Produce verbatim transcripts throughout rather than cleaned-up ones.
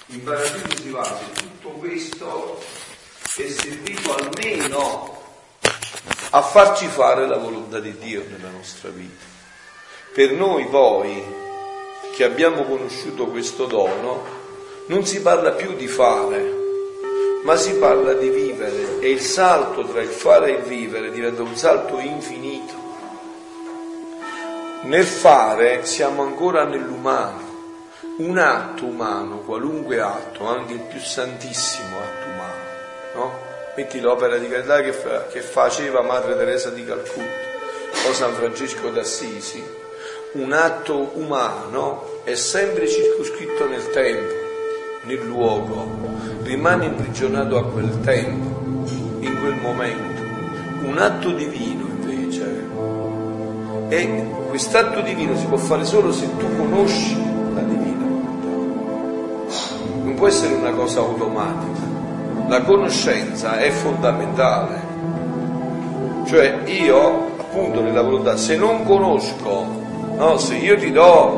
In paradiso si va se tutto questo è servito almeno a farci fare la volontà di Dio nella nostra vita. Per noi poi, che abbiamo conosciuto questo dono, non si parla più di fare, ma si parla di vivere, e il salto tra il fare e il vivere diventa un salto infinito. Nel fare siamo ancora nell'umano. Un atto umano, qualunque atto, anche il più santissimo atto umano, no? Metti l'opera di carità che, fa, che faceva Madre Teresa di Calcutta o San Francesco d'Assisi, un atto umano è sempre circoscritto nel tempo, nel luogo, rimane imprigionato a quel tempo, in quel momento. Un atto divino invece, e quest'atto divino si può fare solo se tu conosci la divina. Non può essere una cosa automatica. La conoscenza è fondamentale. Cioè io, appunto, nella volontà, se non conosco, no, se io ti do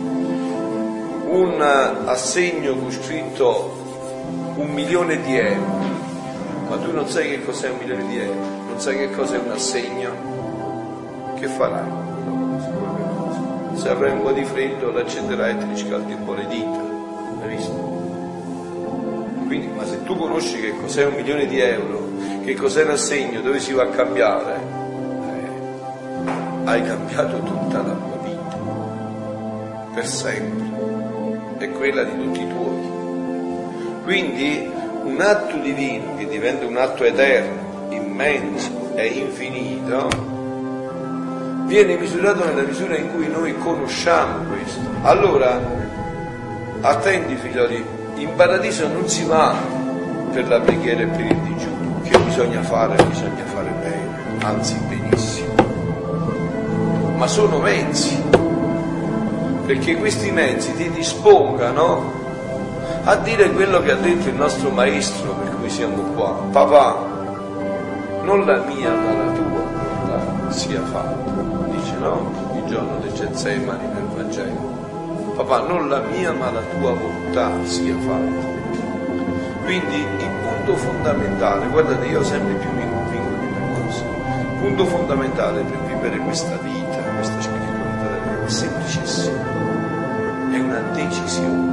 un assegno con scritto un milione di euro, ma tu non sai che cos'è un milione di euro, non sai che cos'è un assegno, che farai? Se avrai un po' di freddo, l'accenderai e ti riscaldi un po' le dita, hai visto? Quindi, ma se tu conosci che cos'è un milione di euro, che cos'è un assegno, dove si va a cambiare, eh, hai cambiato tutta la tua vita, per sempre, è quella di tutti i tuoi. Quindi un atto divino che diventa un atto eterno, immenso e infinito, viene misurato nella misura in cui noi conosciamo questo. Allora, attenti figlioli, in paradiso non si va per la preghiera e per il digiuno, che bisogna fare, bisogna fare bene, anzi benissimo, ma sono mezzi, perché questi mezzi ti dispongano a dire quello che ha detto il nostro maestro per cui siamo qua: papà, non la mia ma la tua volontà sia fatta, dice, no? Il giorno del Getsemani nel Vangelo. Papà, non la mia ma la tua volontà sia fatta. Quindi il punto fondamentale, guardate, io sempre più mi convinco di una cosa: il punto fondamentale per vivere questa vita, questa spiritualità della vita, è semplicissimo, è una decisione,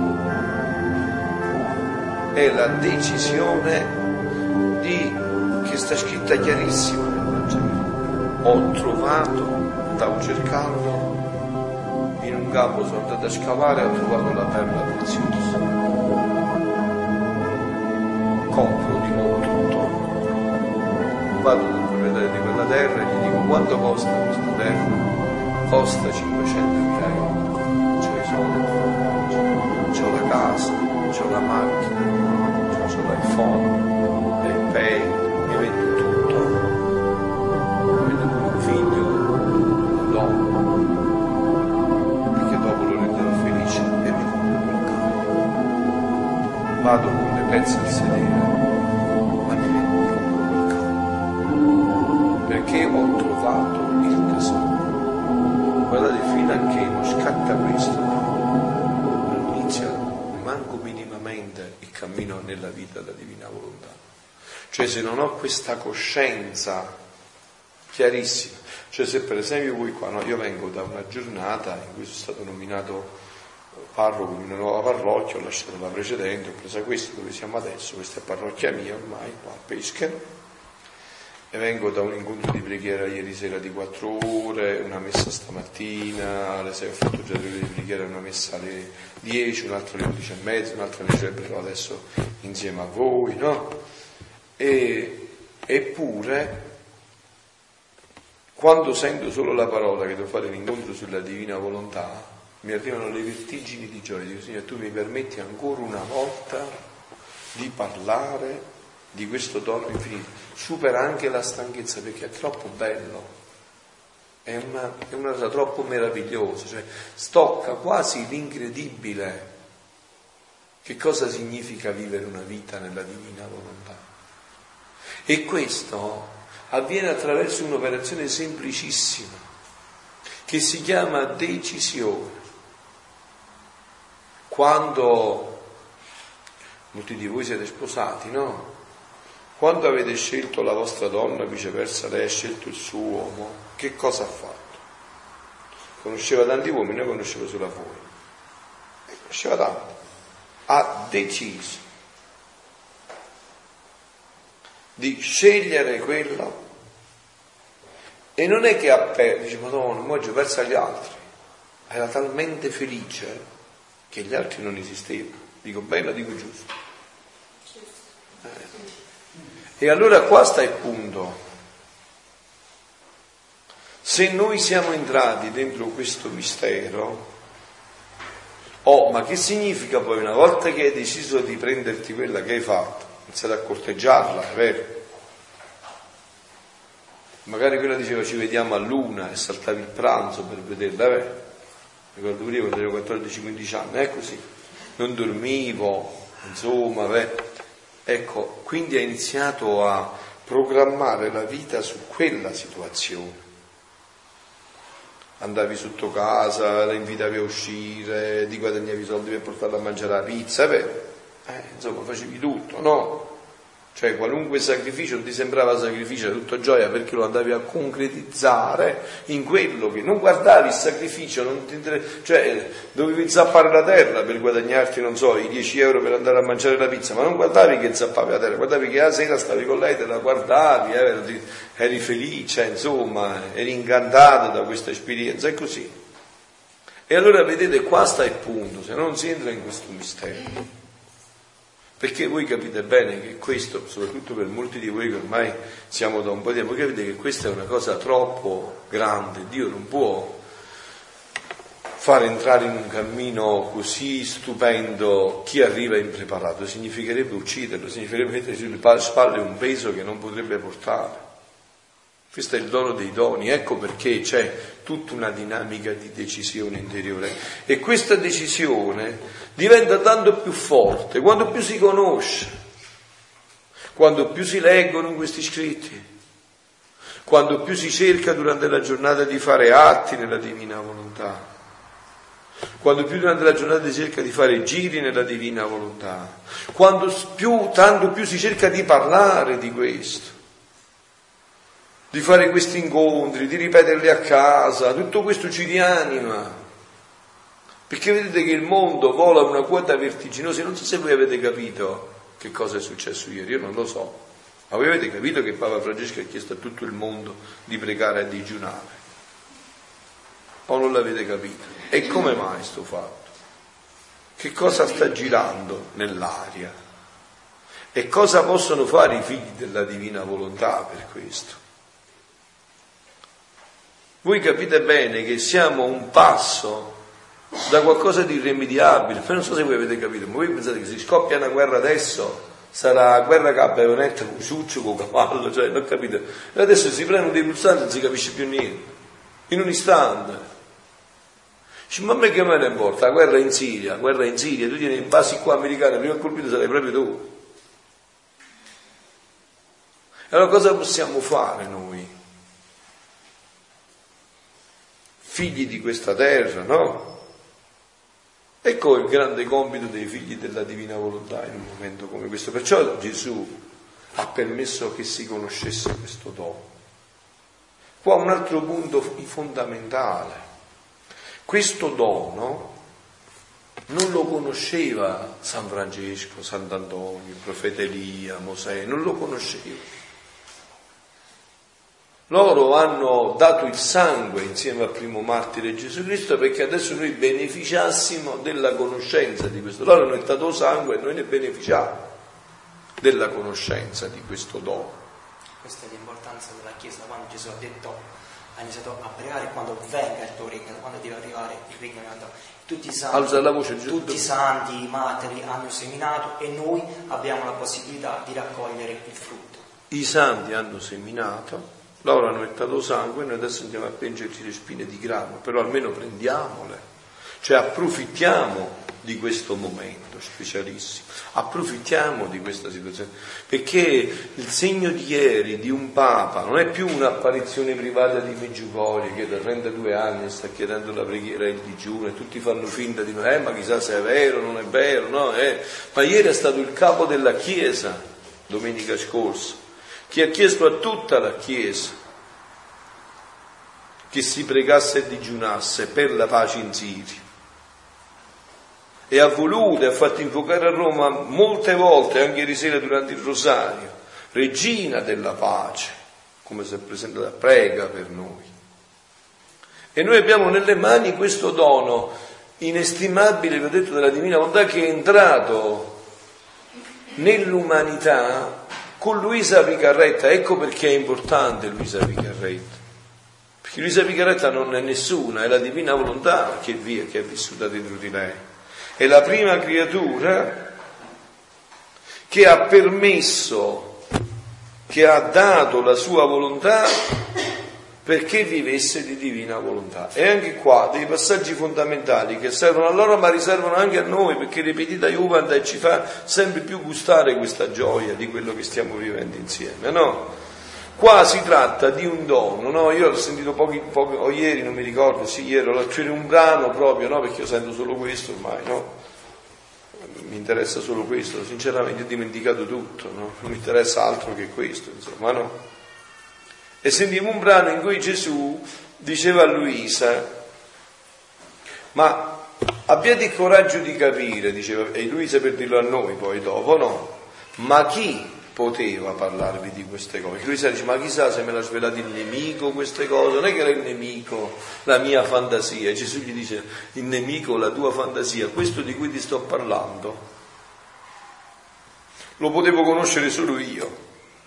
è la decisione di, che sta scritta chiarissima nel Vangelo: ho trovato, stavo cercando, in un capo sono andato a scavare e ho trovato la perla preziosa. Compro di nuovo tutto, vado dal proprietario di quella terra e gli dico: quanto costa questa terra? Costa cinquecentomila euro. C'ho i soldi, c'ho la casa, c'ho la macchina, c'ho l'iPhone, il Pay, mi vendo tutto, mi vendo pure un figlio, una donna, vado con le pezze al sedere, ma mi vendo il campo, perché ho trovato il tesoro. Guardate, fino a che non scatta questo, non inizia manco minimamente il cammino nella vita della divina volontà. Cioè, se non ho questa coscienza chiarissima, cioè se per esempio voi qua, no, io vengo da una giornata in cui sono stato nominato parroco di una nuova parrocchia, ho lasciato la precedente, ho preso questa dove siamo adesso, questa è parrocchia mia ormai, qua a Peschiero, e vengo da un incontro di preghiera ieri sera di quattro ore, una messa stamattina, alle sei ho fatto già tre ore di preghiera, una messa alle dieci, un'altra alle undici e mezza, un'altra alle celebrerò adesso insieme a voi, no? E, eppure, quando sento solo la parola che devo fare l'incontro sulla divina volontà, mi arrivano le vertigini di gioia. Dico: Signore, tu mi permetti ancora una volta di parlare di questo dono infinito. Supera anche la stanchezza, perché è troppo bello, è una, è una cosa troppo meravigliosa, cioè stocca quasi l'incredibile. Che cosa significa vivere una vita nella divina volontà? E questo avviene attraverso un'operazione semplicissima che si chiama decisione. Quando molti di voi siete sposati, no? Quando avete scelto la vostra donna, viceversa lei ha scelto il suo uomo, che cosa ha fatto? Conosceva tanti uomini, noi conosceva solo voi. E conosceva tanti. Ha deciso di scegliere quello, e non è che ha perso, dice Madonna, ma oggi ho perso agli altri. Era talmente felice che gli altri non esistevano. Dico bene o dico giusto? Eh. E allora qua sta il punto. Se noi siamo entrati dentro questo mistero, oh, ma che significa poi una volta che hai deciso di prenderti quella che hai fatto, iniziate a corteggiarla, è vero? Magari quella diceva ci vediamo a luna e saltavi il pranzo per vederla, è vero? Ricordo prima quando avevo quattordici quindici anni, è così. Non dormivo, insomma, beh. Ecco, quindi hai iniziato a programmare la vita su quella situazione. Andavi sotto casa, la invitavi a uscire, ti guadagnavi i soldi per portarla a mangiare la pizza, è vero? Eh, insomma, facevi tutto, no? Cioè qualunque sacrificio non ti sembrava sacrificio, era tutto gioia perché lo andavi a concretizzare in quello che non guardavi il sacrificio, non ti inter... cioè dovevi zappare la terra per guadagnarti, non so, i dieci euro per andare a mangiare la pizza, ma non guardavi che zappavi la terra, guardavi che la sera stavi con lei, te la guardavi, eh, eri felice, insomma, eri incantato da questa esperienza, è così. E allora vedete, qua sta il punto, se non si entra in questo mistero. Perché voi capite bene che questo, soprattutto per molti di voi che ormai siamo da un po' di tempo, capite che questa è una cosa troppo grande. Dio non può far entrare in un cammino così stupendo chi arriva impreparato, significherebbe ucciderlo, significherebbe mettere sulle spalle un peso che non potrebbe portare. Questo è il dono dei doni, ecco perché c'è tutta una dinamica di decisione interiore e questa decisione diventa tanto più forte quando più si conosce, quando più si leggono questi scritti, quando più si cerca durante la giornata di fare atti nella divina volontà, quando più durante la giornata si cerca di fare giri nella divina volontà, quando più, tanto più si cerca di parlare di questo, di fare questi incontri, di ripeterli a casa, tutto questo ci rianima, perché vedete che il mondo vola a una quota vertiginosa. Non so se voi avete capito che cosa è successo ieri, io non lo so, ma voi avete capito che Papa Francesco ha chiesto a tutto il mondo di pregare e digiunare, o non l'avete capito? E come mai sto fatto? Che cosa sta girando nell'aria? E cosa possono fare i figli della divina volontà per questo? Voi capite bene che siamo a un passo da qualcosa di irrimediabile. Non so se voi avete capito, ma voi pensate che se scoppia una guerra adesso sarà guerra con la baionetta, con ciuccio, con cavallo, cioè non capite? E adesso si prendono dei pulsanti e non si capisce più niente, in un istante. Dice, ma a me che me ne importa? La guerra in Siria, la guerra in Siria, tu tieni i basi qua americani, prima colpito sarai proprio tu. E allora cosa possiamo fare noi? Figli di questa terra, no? Ecco il grande compito dei figli della divina volontà in un momento come questo. Perciò Gesù ha permesso che si conoscesse questo dono. Qua un altro punto fondamentale. Questo dono non lo conosceva San Francesco, Sant'Antonio, il profeta Elia, Mosè, non lo conosceva. Loro hanno dato il sangue insieme al primo martire Gesù Cristo perché adesso noi beneficiassimo della conoscenza di questo. Loro hanno dato sangue e noi ne beneficiamo della conoscenza di questo dono. Questa è l'importanza della Chiesa, quando Gesù ha detto, ha iniziato a pregare quando venga il tuo regno, quando deve arrivare il regno di Dio. Tutti i santi, Alza la voce, tutti i santi, i martiri hanno seminato e noi abbiamo la possibilità di raccogliere il frutto. I santi hanno seminato, loro hanno mettato sangue e noi adesso andiamo a pengerci le spine di grano, però almeno prendiamole, cioè approfittiamo di questo momento specialissimo. Approfittiamo di questa situazione, perché il segno di ieri di un Papa non è più un'apparizione privata di Meggiugorie che da trentadue anni sta chiedendo la preghiera e il digiuno e tutti fanno finta di eh, ma chissà se è vero, non è vero, no? Eh. Ma ieri è stato il capo della Chiesa, domenica scorsa, che ha chiesto a tutta la Chiesa che si pregasse e digiunasse per la pace in Siria. E ha voluto e ha fatto invocare a Roma molte volte, anche ieri sera durante il rosario, Regina della pace, come si è presentata, prega per noi. E noi abbiamo nelle mani questo dono inestimabile, vi ho detto, della Divina Volontà, che è entrato nell'umanità con Luisa Picarretta. Ecco perché è importante Luisa Picarretta, perché Luisa Picarretta non è nessuna, è la Divina Volontà che è, che è vissuta dentro di lei. È la prima creatura che ha permesso, che ha dato la sua volontà perché vivesse di divina volontà. E anche qua dei passaggi fondamentali che servono a loro ma riservano anche a noi, perché ripetita Juvanda ci fa sempre più gustare questa gioia di quello che stiamo vivendo insieme, no? Qua si tratta di un dono, no? Io ho sentito pochi, pochi o ieri, non mi ricordo, sì, ieri, c'era un brano proprio, no? Perché io sento solo questo ormai, no? Mi interessa solo questo, sinceramente ho dimenticato tutto, no? Non mi interessa altro che questo, insomma, no? E sentivo un brano in cui Gesù diceva a Luisa, ma abbiate il coraggio di capire, diceva, e Luisa per dirlo a noi poi dopo, no? Ma chi poteva parlarvi di queste cose? Luisa dice, ma chissà se me l'ha svelato il nemico queste cose, non è che era il nemico la mia fantasia. E Gesù gli dice, il nemico la tua fantasia, questo di cui ti sto parlando lo potevo conoscere solo io.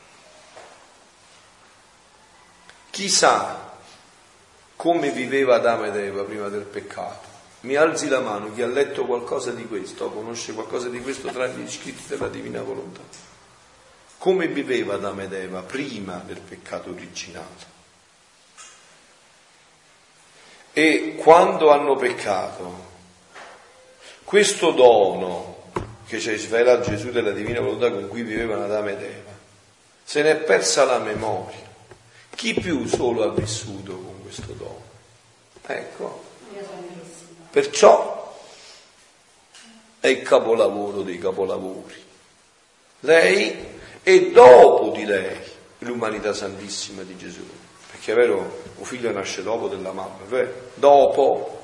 Chissà come viveva Adamo ed Eva prima del peccato. Mi alzi la mano chi ha letto qualcosa di questo, conosce qualcosa di questo tra gli scritti della Divina Volontà. Come viveva Adamo ed Eva prima del peccato originale. E quando hanno peccato, questo dono che ci svela Gesù della Divina Volontà con cui vivevano Adamo ed Eva, se ne è persa la memoria. Chi più solo ha vissuto con questo dono? Ecco, perciò è il capolavoro dei capolavori. Lei e dopo di lei l'umanità santissima di Gesù, perché è vero, un figlio nasce dopo della mamma, è vero? Dopo,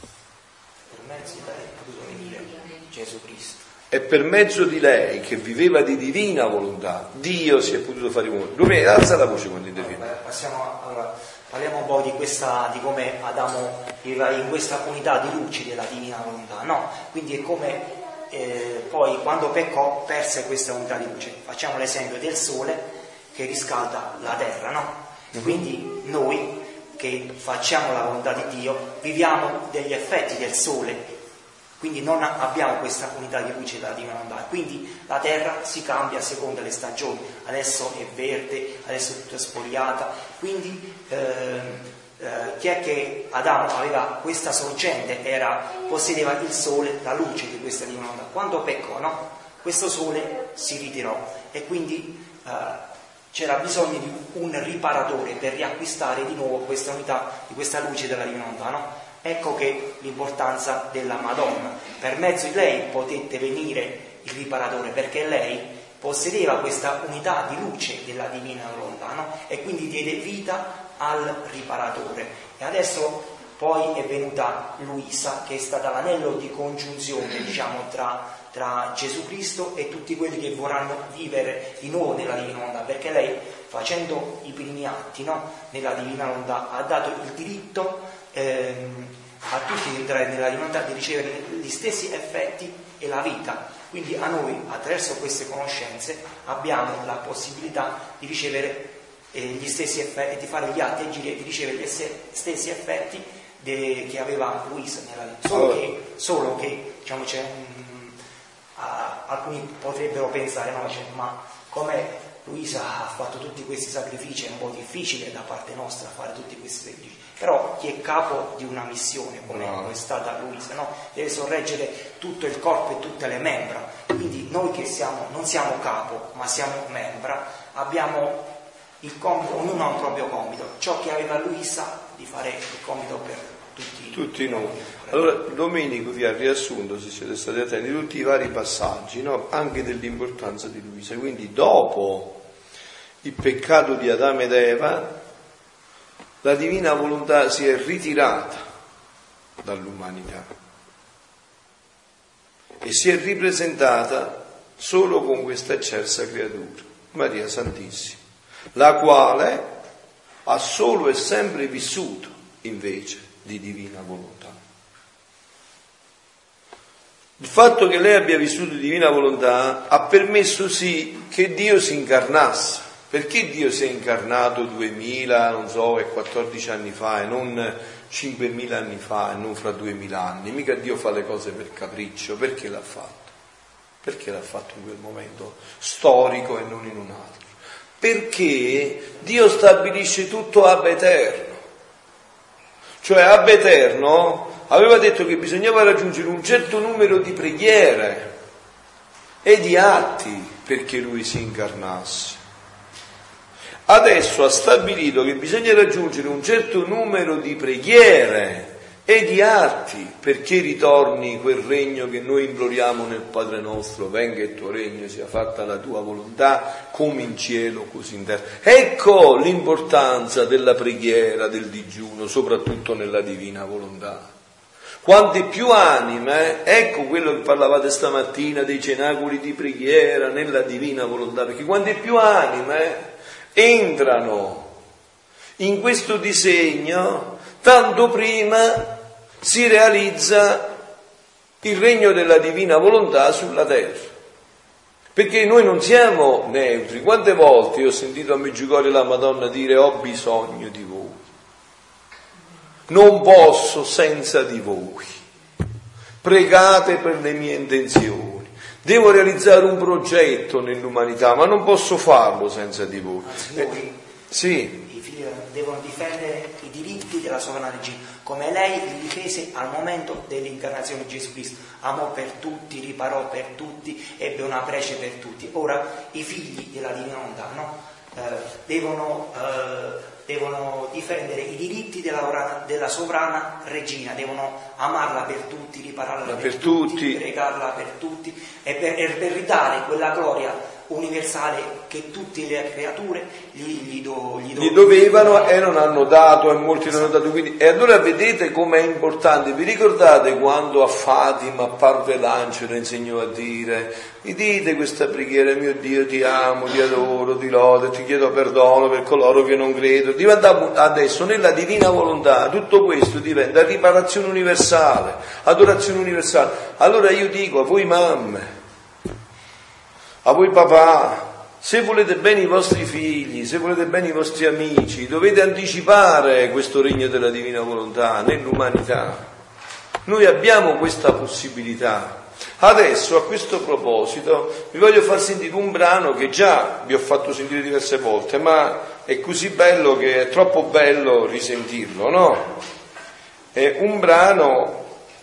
per mezzo di lei è potuto venire Gesù Cristo, e per mezzo di lei che viveva di divina volontà Dio si è potuto fare uomo. Lui alza la voce quando interviene. Allora, passiamo, allora, parliamo un po' di questa, di come Adamo viveva in questa unità di luce della divina volontà, no? Quindi è come Eh, poi quando peccò perse questa unità di luce. Facciamo l'esempio del sole che riscalda la terra, no? Uh-huh. Quindi noi che facciamo la volontà di Dio viviamo degli effetti del sole, quindi non abbiamo questa unità di luce della divina volontà. Quindi la terra si cambia a seconda delle stagioni, adesso è verde, adesso è tutta spogliata, quindi ehm, Eh, chi è che Adamo aveva questa sorgente, era, possedeva il sole, la luce di questa divina volontà. Quando peccò, no? Questo sole si ritirò e quindi eh, c'era bisogno di un riparatore per riacquistare di nuovo questa unità di questa luce della divina volontà, no? Ecco che l'importanza della Madonna. Per mezzo di lei potette venire il riparatore, perché lei possedeva questa unità di luce della divina volontà, no? E quindi diede vita al riparatore. E adesso poi è venuta Luisa, che è stata l'anello di congiunzione, diciamo, tra, tra Gesù Cristo e tutti quelli che vorranno vivere di nuovo nella divina volontà, perché lei, facendo i primi atti, no, nella divina volontà, ha dato il diritto ehm, a tutti di entrare nella divina volontà, di ricevere gli stessi effetti e la vita. Quindi a noi, attraverso queste conoscenze, abbiamo la possibilità di ricevere gli stessi effetti, di fare gli atti e giri e di ricevere gli stessi effetti de, che aveva Luisa nella vita. Solo che, solo che diciamo, c'è un, uh, alcuni potrebbero pensare, no, cioè, ma com'è Luisa ha fatto tutti questi sacrifici, è un po' difficile da parte nostra fare tutti questi sacrifici, però chi è capo di una missione come no. è stata Luisa, no? Deve sorreggere tutto il corpo e tutte le membra, quindi noi che siamo, non siamo capo ma siamo membra, abbiamo il compito, ognuno ha un proprio compito, ciò che aveva Luisa di fare il compito per tutti, tutti noi. Allora Domenico vi ha riassunto, se siete stati attenti, tutti i vari passaggi, no? Anche dell'importanza di Luisa. Quindi dopo il peccato di Adamo ed Eva, la divina volontà si è ritirata dall'umanità e si è ripresentata solo con questa eccelsa creatura, Maria Santissima, la quale ha solo e sempre vissuto invece di divina volontà. Il fatto che lei abbia vissuto di divina volontà ha permesso sì che Dio si incarnasse. Perché Dio si è incarnato duemila, non so, e quattordici anni fa e non cinquemila anni fa e non fra duemila anni? Mica Dio fa le cose per capriccio. Perché l'ha fatto? Perché l'ha fatto in quel momento storico e non in un altro? Perché Dio stabilisce tutto ab eterno. Cioè ab eterno aveva detto che bisognava raggiungere un certo numero di preghiere e di atti perché Lui si incarnasse. Adesso ha stabilito che bisogna raggiungere un certo numero di preghiere e di atti perché ritorni quel regno che noi imploriamo nel Padre nostro: venga il tuo regno, sia fatta la tua volontà come in cielo così in terra. Ecco l'importanza della preghiera, del digiuno, soprattutto nella divina volontà. Quante più anime, ecco quello che parlavate stamattina dei cenacoli di preghiera nella divina volontà, perché quante più anime entrano in questo disegno, tanto prima si realizza il regno della divina volontà sulla terra. Perché noi non siamo neutri. Quante volte io ho sentito a Meggiugorio la Madonna dire: ho bisogno di voi, non posso senza di voi, pregate per le mie intenzioni. Devo realizzare un progetto nell'umanità, ma non posso farlo senza di voi. Eh, sì. I figli devono difendere i diritti della sovrana regina, come lei li difese al momento dell'incarnazione di Gesù Cristo. Amò per tutti, riparò per tutti, ebbe una prece per tutti. Ora i figli della divina volontà, no? eh, devono... Eh, devono difendere i diritti della, della sovrana regina, devono amarla per tutti, ripararla per, per tutti, tutti, pregarla per tutti e per, e per ridare quella gloria universale che tutte le creature gli, gli, do, gli, do, gli dovevano e non hanno dato, e molti non hanno dato. Quindi, e allora vedete com'è importante. Vi ricordate quando a Fatima apparve l'angelo e insegnò a dire: mi dite questa preghiera: mio Dio, ti amo, ti adoro, ti lodo, ti chiedo perdono per coloro che non credo. Diventa adesso nella divina volontà tutto questo diventa riparazione universale, adorazione universale. Allora io dico a voi mamme, a voi papà, se volete bene i vostri figli, se volete bene i vostri amici, dovete anticipare questo regno della divina volontà nell'umanità. Noi abbiamo questa possibilità. Adesso, a questo proposito, vi voglio far sentire un brano che già vi ho fatto sentire diverse volte, ma è così bello che è troppo bello risentirlo, no? È un brano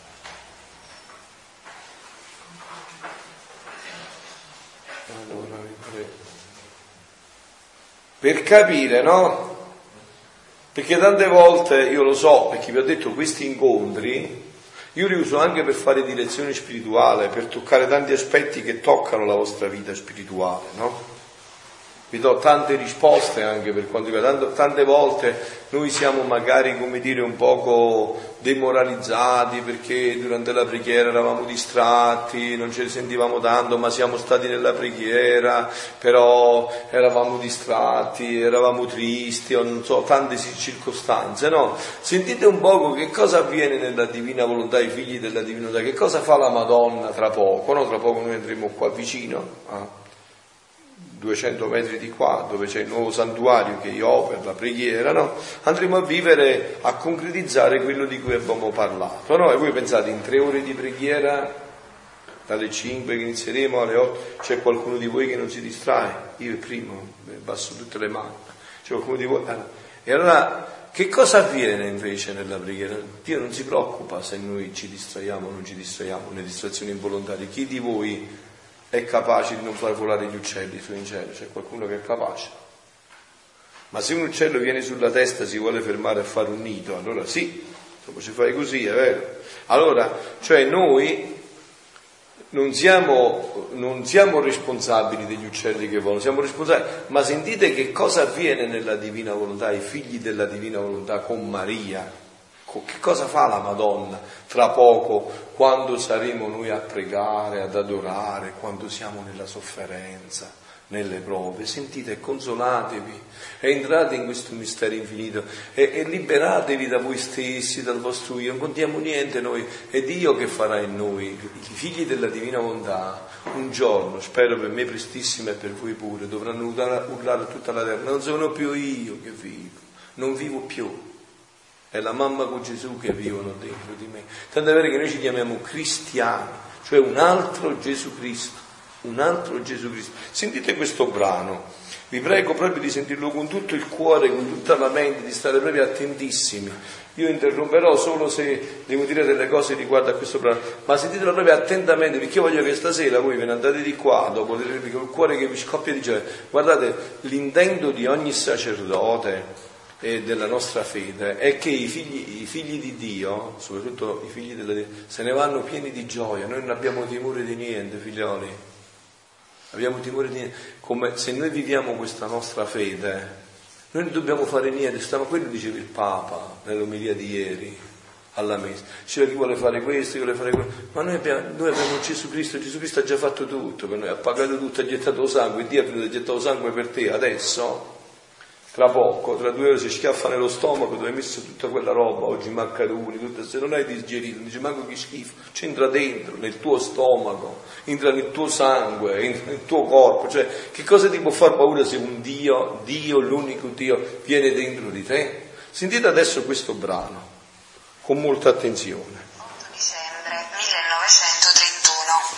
per capire, no? Perché tante volte, io lo so, perché vi ho detto, questi incontri io li uso anche per fare direzione spirituale, per toccare tanti aspetti che toccano la vostra vita spirituale, no? Vi do tante risposte anche per quanto riguarda, tante volte noi siamo magari, come dire, un poco demoralizzati perché durante la preghiera eravamo distratti, non ce ne sentivamo tanto, ma siamo stati nella preghiera, però eravamo distratti, eravamo tristi, o non so, tante circostanze, no? Sentite un poco che cosa avviene nella divina volontà, i figli della divina volontà, che cosa fa la Madonna tra poco, no? Tra poco noi andremo qua vicino, ah. duecento metri di qua, dove c'è il nuovo santuario che io ho per la preghiera, no? Andremo a vivere, a concretizzare quello di cui abbiamo parlato, no? E voi pensate, in tre ore di preghiera dalle cinque che inizieremo alle otto, c'è qualcuno di voi che non si distrae? Io il primo, basso tutte le mani. C'è qualcuno di voi? E allora, che cosa avviene invece nella preghiera? Dio non si preoccupa se noi ci distraiamo o non ci distraiamo, le distrazioni involontarie. Chi di voi è capace di non far volare gli uccelli su in cielo? C'è qualcuno che è capace? Ma se un uccello viene sulla testa, si vuole fermare a fare un nido, allora sì, dopo ci fai così, è vero? Allora, cioè noi non siamo, non siamo responsabili degli uccelli che volano, siamo responsabili, ma sentite che cosa avviene nella divina volontà, i figli della divina volontà con Maria. Che cosa fa la Madonna tra poco, quando saremo noi a pregare, ad adorare, quando siamo nella sofferenza, nelle prove? Sentite, consolatevi, entrate in questo mistero infinito e, e liberatevi da voi stessi, dal vostro io. Non contiamo niente noi, è Dio che farà in noi, i figli della divina volontà. Un giorno, spero per me prestissimo e per voi pure, dovranno urlare, urlare a tutta la terra: non sono più io che vivo, non vivo più. È la mamma con Gesù che vivono dentro di me. Tanto è vero che noi ci chiamiamo cristiani, cioè un altro Gesù Cristo, un altro Gesù Cristo. Sentite questo brano, vi prego proprio di sentirlo con tutto il cuore, con tutta la mente, di stare proprio attentissimi. Io interromperò solo se devo dire delle cose riguardo a questo brano, ma sentitelo proprio attentamente, perché io voglio che stasera voi ve ne andate di qua, dopo con il cuore che vi scoppia di gioia. Guardate, l'intento di ogni sacerdote e della nostra fede è che i figli, i figli di Dio, soprattutto i figli della Dio, se ne vanno pieni di gioia. Noi non abbiamo timore di niente, figlioli, abbiamo timore di niente. Come se noi viviamo questa nostra fede, noi non dobbiamo fare niente. Stiamo, quello diceva il Papa nell'omelia di ieri alla messa, c'era chi vuole fare questo, chi vuole fare quello, ma noi abbiamo, noi abbiamo Gesù Cristo. Gesù Cristo ha già fatto tutto per noi, ha pagato tutto, ha gettato sangue, Dio ha venuto, ha gettato sangue per te. Adesso tra poco, tra due ore si schiaffa nello stomaco dove hai messo tutta quella roba, oggi maccheroni, tutta, se non hai digerito, non dice manco che schifo, c'entra dentro, nel tuo stomaco, entra nel tuo sangue, entra nel tuo corpo. Cioè, che cosa ti può far paura se un Dio, Dio, l'unico Dio, viene dentro di te? Sentite adesso questo brano, con molta attenzione. otto dicembre millenovecentotrentuno.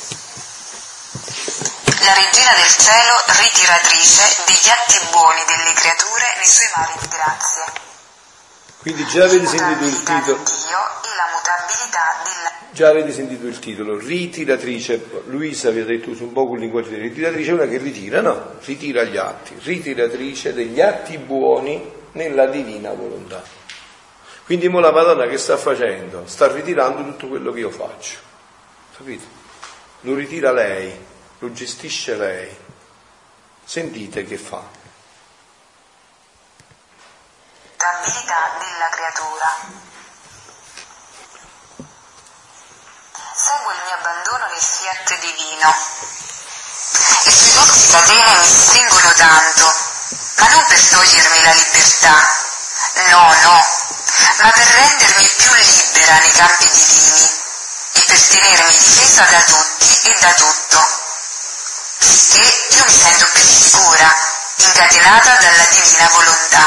La regina del cielo, ritiratrice degli atti buoni delle creature nei suoi mari di grazia. Quindi già avete sentito il titolo. Dio e la mutabilità della... Già avete sentito il titolo, ritiratrice. Luisa vi ha detto su un po' un linguaggio di ritiratrice, è una che ritira, no? Ritira gli atti, ritiratrice degli atti buoni nella divina volontà. Quindi mo la Madonna che sta facendo? Sta ritirando tutto quello che io faccio, capite? Lo ritira lei, lo gestisce lei. Sentite che fa. Mutabilità della creatura. Seguo il mio abbandono nel fiat divino. Le sue dulci catene mi stringono tanto, ma non per togliermi la libertà, no, no, ma per rendermi più libera nei campi divini e per tenermi difesa da tutti e da tutto. Che io mi sento più sicura, incatenata dalla divina volontà.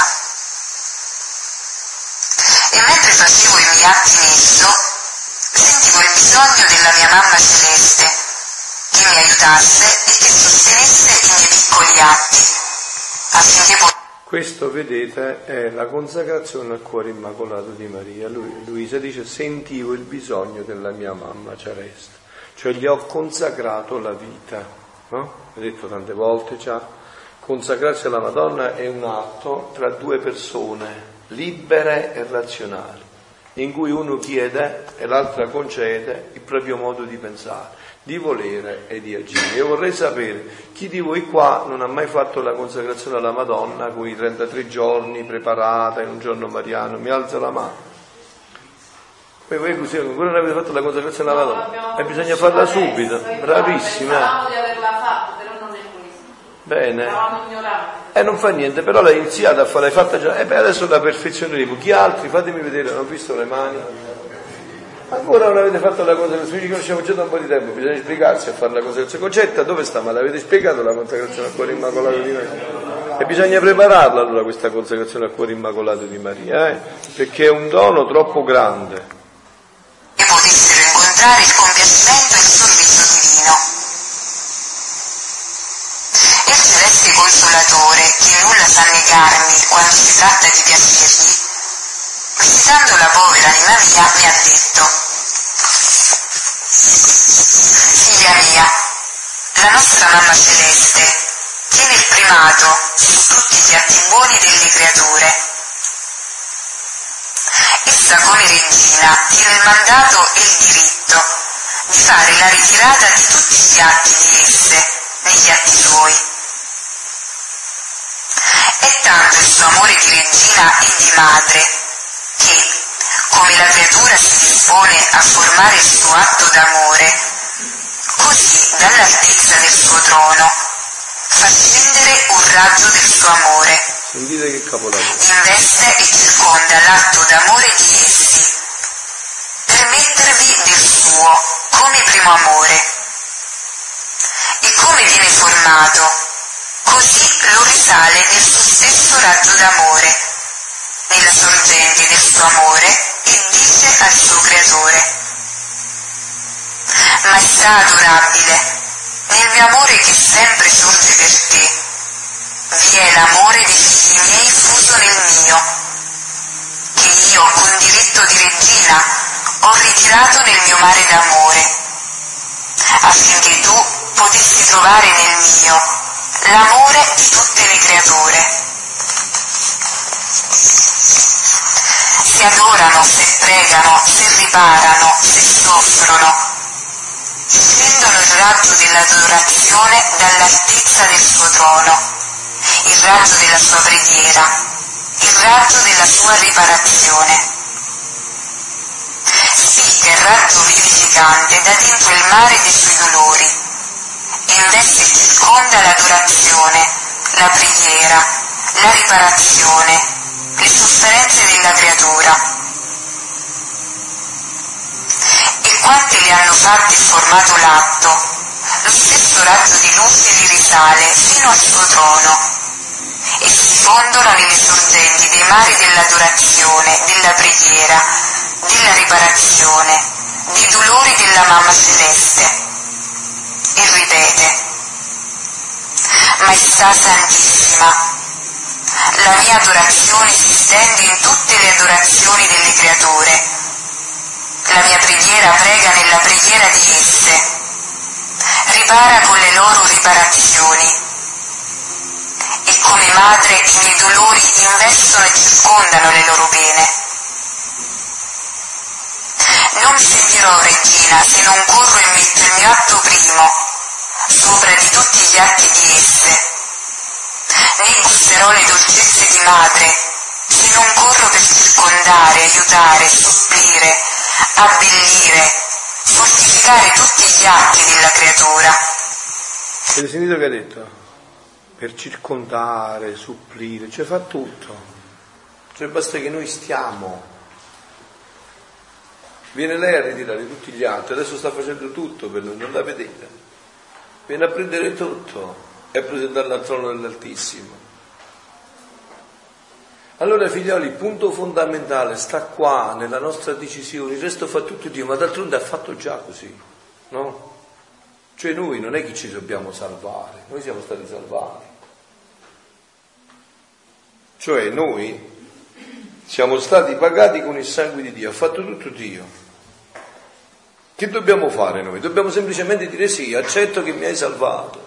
E mentre facevo i miei atti in esso, sentivo il bisogno della mia mamma celeste, che mi aiutasse e che sostenesse i miei piccoli atti, affinché potessi... Questo, vedete, è la consacrazione al cuore immacolato di Maria. Lui, Luisa dice: sentivo il bisogno della mia mamma celeste, cioè gli ho consacrato la vita. No? Ho detto tante volte già, consacrarsi alla Madonna è un atto tra due persone libere e razionali, in cui uno chiede e l'altra concede il proprio modo di pensare, di volere e di agire. Io vorrei sapere chi di voi qua non ha mai fatto la consacrazione alla Madonna con i trentatré giorni preparata in un giorno mariano. Mi alza la mano. Poi voi così ancora non avete fatto la consacrazione alla Madonna, e bisogna farla subito. Bravissima. Pensavamo di averla fatta, però non è così. Bene. Eravamo ignoranti. E eh, non fa niente, però l'hai iniziata a fare, l'hai fatta già. E beh, adesso la perfezioneremo. Chi altri? Fatemi vedere, non ho visto le mani. Ancora non avete fatto la consacrazione, ci conosciamo già da un po' di tempo, bisogna spiegarsi a fare la consacrazione. Concetta, dove sta? Ma l'avete spiegato la consacrazione al cuore immacolato di Maria? E bisogna prepararla allora questa consacrazione al cuore immacolato di Maria, eh? Perché è un dono troppo grande. Che potessero incontrare il compiacimento e il sorriso amore consolatore che nulla sa negarmi quando si tratta di piacergli, visitando la povera anima mia mi ha detto: figlia mia, la nostra mamma celeste tiene il primato su tutti gli atti buoni delle creature. Essa come regina tiene il mandato e il diritto di fare la ritirata di tutti gli atti di esse negli atti suoi. È tanto il suo amore di regina e di madre che, come la creatura si dispone a formare il suo atto d'amore, così dall'altezza del suo trono fa scendere un raggio del suo amore, sentite che capolavoro, investe e circonda l'atto d'amore di essi, per mettervi del suo come primo amore. E come viene formato, così lo risale nel suo stesso raggio d'amore, nella sorgente del suo amore, e dice al suo creatore: Maestà adorabile, nel mio amore che sempre sorge per te, vi è l'amore dei figli miei fuso nel mio, che io con diritto di regina ho ritirato nel mio mare d'amore, affinché tu potessi trovare nel mio l'amore di tutte le creature. Si adorano, se pregano, se riparano, se soffrono, scendono il raggio dell'adorazione dall'altezza del suo trono, il raggio della sua preghiera, il raggio della sua riparazione. Spicca il raggio vivificante da dentro il mare dei suoi dolori, e investe e circonda l'adorazione, la preghiera, la riparazione, le sofferenze della creatura. E quante le hanno fatte e formato l'atto, lo stesso raggio di luce li risale fino al suo trono, e si fondono nelle sorgenti dei mari dell'adorazione, della preghiera, della riparazione, dei dolori della mamma celeste. E ripete: Maestà Santissima, la mia adorazione si stende in tutte le adorazioni delle creature, la mia preghiera prega nella preghiera di esse, ripara con le loro riparazioni, e come madre i miei dolori investono e circondano le loro pene. Non mi sentirò regina se non corro e metto il mio atto primo sopra di tutti gli atti di esse, né gusterò le dolcezze di madre se non corro per circondare, aiutare, supplire, abbellire, fortificare tutti gli atti della creatura. Avete sentito che ha detto? Per circondare, supplire, cioè fa tutto. Cioè basta che noi stiamo. Viene lei a ritirare tutti gli atti, adesso sta facendo tutto per noi, non la vedete. Viene a prendere tutto e a presentarlo al trono dell'Altissimo. Allora figlioli, il punto fondamentale sta qua, nella nostra decisione, il resto fa tutto Dio, ma d'altronde ha fatto già così, no? Cioè noi non è che ci dobbiamo salvare, noi siamo stati salvati. Cioè noi siamo stati pagati con il sangue di Dio, ha fatto tutto Dio. Che dobbiamo fare noi? Dobbiamo semplicemente dire sì, accetto che mi hai salvato.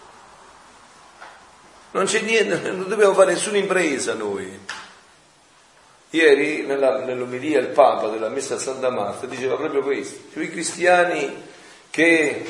Non c'è niente, non dobbiamo fare nessuna impresa noi. Ieri nella, nell'omelia il Papa della Messa a Santa Marta diceva proprio questo, cioè i cristiani che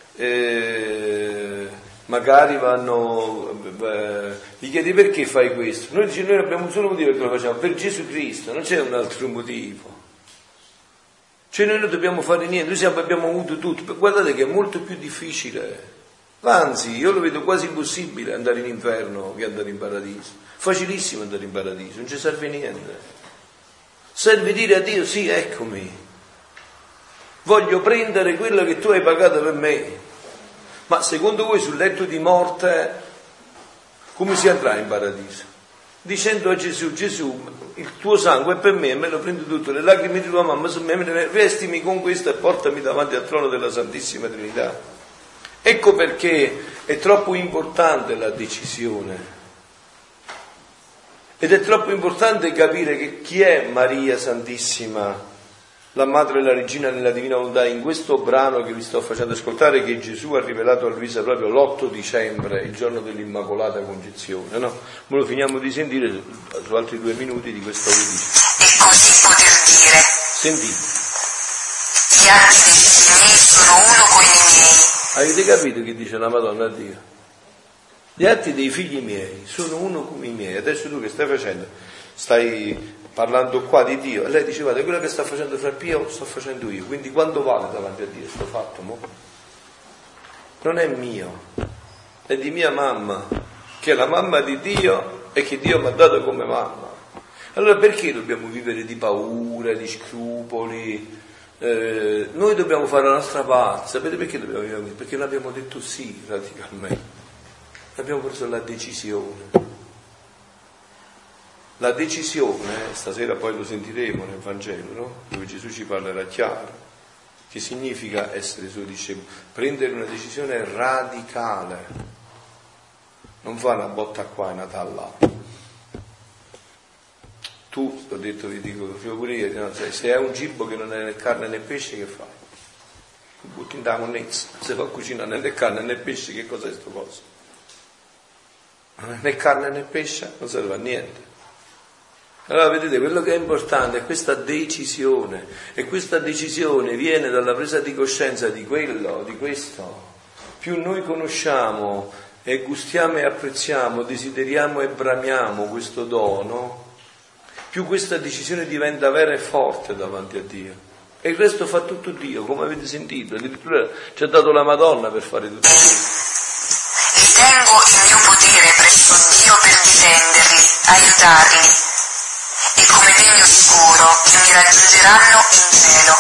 eh, magari vanno, eh, gli chiedi perché fai questo? Noi diciamo, noi abbiamo un solo motivo perché lo facciamo, per Gesù Cristo, non c'è un altro motivo. Cioè noi non dobbiamo fare niente, noi siamo, abbiamo avuto tutto, guardate che è molto più difficile, anzi io lo vedo quasi impossibile andare in inferno che andare in paradiso, facilissimo andare in paradiso, non ci serve niente, serve dire a Dio sì, eccomi, voglio prendere quello che tu hai pagato per me. Ma secondo voi sul letto di morte come si andrà in paradiso? Dicendo a Gesù, Gesù, il tuo sangue è per me e me lo prendo tutto, le lacrime di tua mamma su me, vestimi con questo e portami davanti al trono della Santissima Trinità. Ecco perché è troppo importante la decisione. Ed è troppo importante capire che chi è Maria Santissima, la madre e la regina nella divina volontà, in questo brano che vi sto facendo ascoltare, che Gesù ha rivelato a Luisa proprio l'otto dicembre, il giorno dell'Immacolata Concezione, no? Me lo finiamo di sentire su altri due minuti di questo che dice. E così poter dire: Sentite. Gli atti dei figli miei sono uno con i miei. Avete capito che dice la Madonna a Dio? Gli atti dei figli miei sono uno come i miei. Adesso tu che stai facendo? Stai parlando qua di Dio, e lei dice: guarda, quello che sta facendo Fra Pio lo sto facendo io, quindi quanto vale davanti a Dio sto fatto, mo? Non è mio, è di mia mamma, che è la mamma di Dio e che Dio mi ha dato come mamma. Allora perché dobbiamo vivere di paura, di scrupoli? Eh, noi dobbiamo fare la nostra parte. Sapete perché dobbiamo vivere? Perché l'abbiamo detto sì radicalmente, abbiamo preso la decisione. La decisione, stasera poi lo sentiremo nel Vangelo, no? Dove Gesù ci parlerà chiaro, che significa essere suo discepolo, prendere una decisione radicale, non fare una botta qua e una talla là. Tu, ho detto, vi dico, pure io, no? Se è un cibo che non è né carne né pesce, che fai? Butti in da monnezza, se fa cucinare né carne né pesce, che cos'è sto coso? Né carne né pesce, non serve a niente. Allora vedete, quello che è importante è questa decisione, e questa decisione viene dalla presa di coscienza di quello, di questo. Più noi conosciamo e gustiamo e apprezziamo, desideriamo e bramiamo questo dono, più questa decisione diventa vera e forte davanti a Dio. E il resto fa tutto Dio, come avete sentito, addirittura ci ha dato la Madonna per fare tutto questo. Ritengo il mio potere presso Dio per difenderli, aiutarli, e come degno sicuro che mi raggiungeranno in cielo.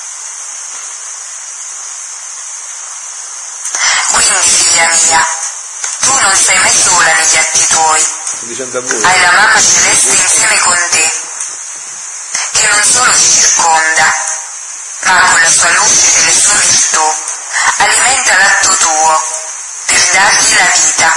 Quindi, figlia mia, tu non sei mai sola negli atti tuoi, hai la mamma celeste insieme con te, che non solo ti circonda, ma con la sua luce e le sue virtù alimenta l'atto tuo per dargli la vita.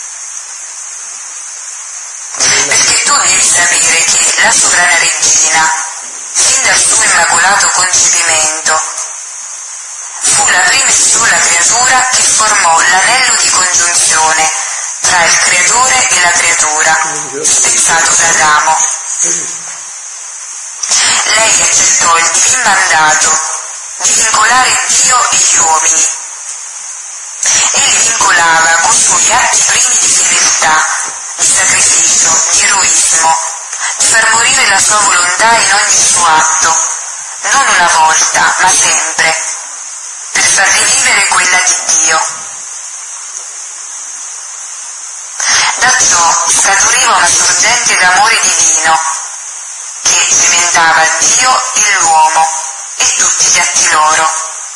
Perché tu devi sapere che la sovrana regina, fin dal suo immacolato concepimento, fu la prima e sola creatura che formò l'anello di congiunzione tra il creatore e la creatura, spezzato da Adamo. Lei accettò il divin mandato di vincolare Dio e gli uomini, e li vincolava con suoi atti primi di fedeltà, di sacrificio, di eroismo, di far morire la sua volontà in ogni suo atto, non una volta, ma sempre, per far rivivere quella di Dio. Da ciò scaturiva una sorgente d'amore divino, che cementava Dio e l'uomo e tutti gli atti loro.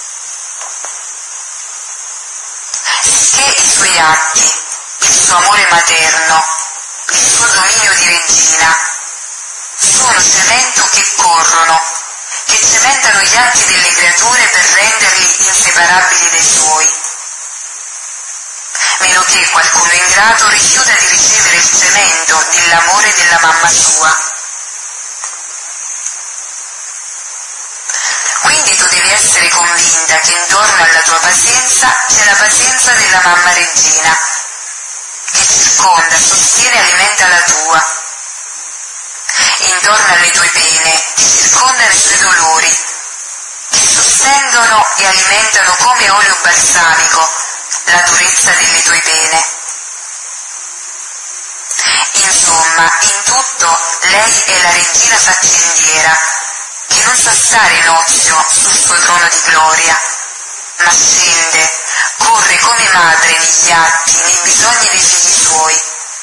Sicché i suoi atti, il suo amore materno, il suo dominio di regina, sono cemento che corrono, che cementano gli atti delle creature per renderli inseparabili dai suoi. Meno che qualcuno ingrato rifiuta di ricevere il cemento dell'amore della mamma sua. Quindi tu devi essere convinta che intorno alla tua pazienza c'è la pazienza della mamma regina, che circonda, sostiene e alimenta la tua. Intorno alle tue pene ti circondano i suoi dolori, che sostengono e alimentano come olio balsamico la durezza delle tue pene. Insomma, in tutto lei è la regina faccendiera, che non sa stare in ozio sul suo trono di gloria, ma scende, corre come madre negli atti, nei bisogni dei figli suoi.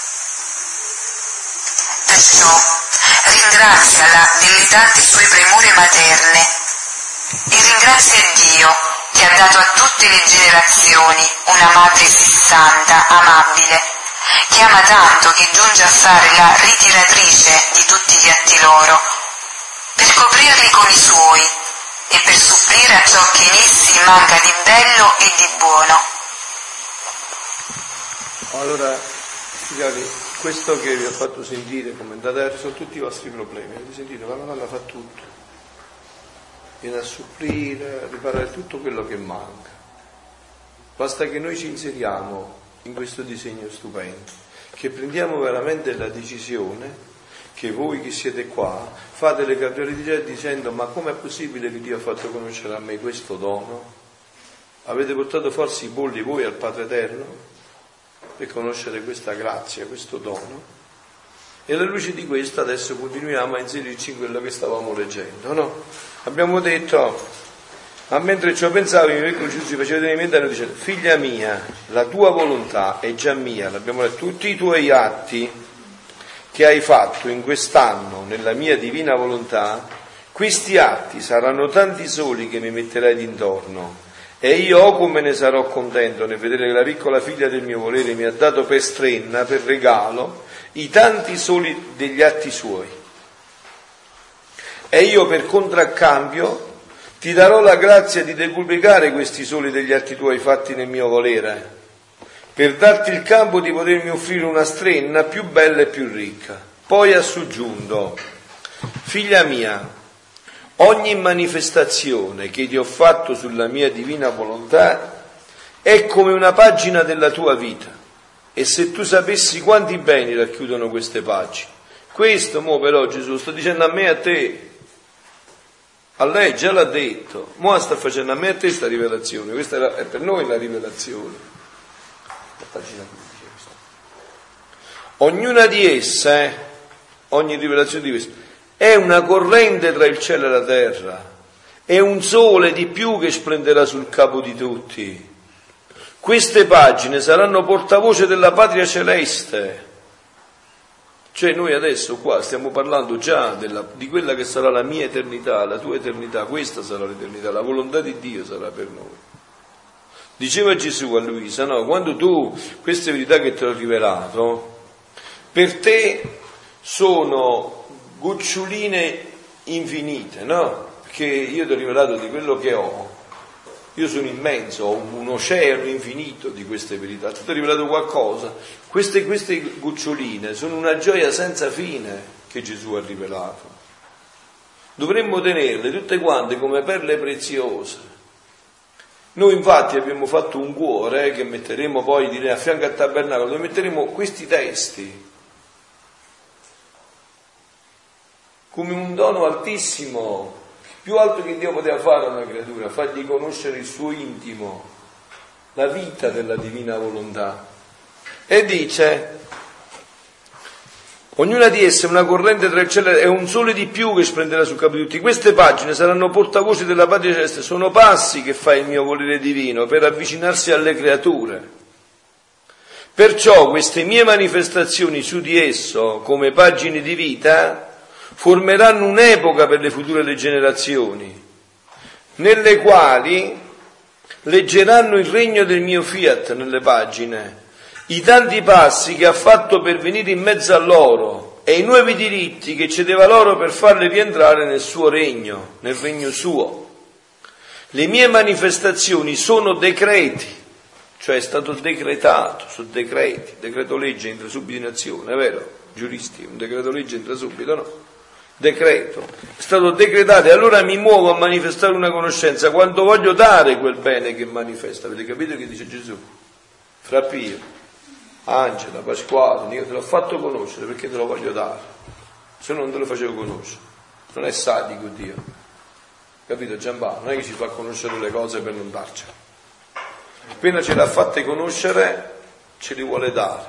Perciò ringraziala delle tante sue premure materne e ringrazia Dio che ha dato a tutte le generazioni una madre sessanta, amabile, che ama tanto che giunge a fare la ritiratrice di tutti gli atti loro, per coprirli con i suoi e per supplire a ciò che in essi manca di bello e di buono. Allora, figlioli, questo che vi ho fatto sentire, commentate, sono tutti i vostri problemi. Avete sentito? La Madonna fa tutto. Viene a supplire, a riparare tutto quello che manca. Basta che noi ci inseriamo in questo disegno stupendo, che prendiamo veramente la decisione che voi che siete qua fate le capriorità dicendo: ma com'è possibile che Dio ha fatto conoscere a me questo dono? Avete portato forse i polli voi al Padre Eterno per conoscere questa grazia, questo dono? E alla luce di questo adesso continuiamo a inserirci in quello che stavamo leggendo, no? Abbiamo detto, ma mentre ciò pensavo, il piccolo Gesù si faceva venire in mente e diceva: figlia mia, la tua volontà è già mia, l'abbiamo detto, tutti i tuoi atti che hai fatto in quest'anno nella mia divina volontà, questi atti saranno tanti soli che mi metterai d'intorno, e io o come ne sarò contento nel vedere che la piccola figlia del mio volere mi ha dato per strenna, per regalo, i tanti soli degli atti suoi. E io per contraccambio ti darò la grazia di decuplicare questi soli degli atti tuoi fatti nel mio volere, per darti il campo di potermi offrire una strenna più bella e più ricca. Poi ha soggiunto: figlia mia, ogni manifestazione che ti ho fatto sulla mia divina volontà è come una pagina della tua vita, e se tu sapessi quanti beni racchiudono queste pagine. Questo mo però Gesù sta dicendo a me e a te, a lei già l'ha detto, mo sta facendo a me e a te sta rivelazione, questa è per noi la rivelazione. Ognuna di esse, ogni rivelazione di questo, è una corrente tra il cielo e la terra, è un sole di più che splenderà sul capo di tutti. Queste pagine saranno portavoce della patria celeste. Cioè noi adesso qua stiamo parlando già della, di quella che sarà la mia eternità, la tua eternità, questa sarà l'eternità, la volontà di Dio sarà per noi. Diceva Gesù a Luisa, no, quando tu, queste verità che ti ho rivelato, per te sono goccioline infinite, no? Perché io ti ho rivelato di quello che ho, io sono immenso, ho un oceano infinito di queste verità, ti ho rivelato qualcosa, queste, queste goccioline sono una gioia senza fine che Gesù ha rivelato. Dovremmo tenerle tutte quante come perle preziose. Noi infatti abbiamo fatto un cuore eh, che metteremo poi direi, a fianco al tabernacolo, dove metteremo questi testi come un dono altissimo, più alto che Dio poteva fare a una creatura, fargli conoscere il suo intimo, la vita della divina volontà. E dice: ognuna di esse è una corrente tra il cielo e un sole di più che splenderà sul capo di tutti. Queste pagine saranno portavoci della patria celeste, sono passi che fa il mio volere divino per avvicinarsi alle creature. Perciò queste mie manifestazioni su di esso, come pagine di vita, formeranno un'epoca per le future generazioni, nelle quali leggeranno il regno del mio fiat nelle pagine, i tanti passi che ha fatto per venire in mezzo a loro e i nuovi diritti che cedeva loro per farle rientrare nel suo regno, nel regno suo. Le mie manifestazioni sono decreti, cioè è stato decretato, sono decreti, decreto legge entra subito in azione, è vero? Giuristi, un decreto legge entra subito, no? Decreto, è stato decretato e allora mi muovo a manifestare una conoscenza quando voglio dare quel bene che manifesta. Avete capito che dice Gesù? Fra Pio, Angela, Pasquale, io te l'ho fatto conoscere perché te lo voglio dare, se no non te lo facevo conoscere. Non è sadico Dio, capito Giampaolo? Non è che ci fa conoscere le cose per non darcele, appena ce l'ha fatte conoscere ce li vuole dare.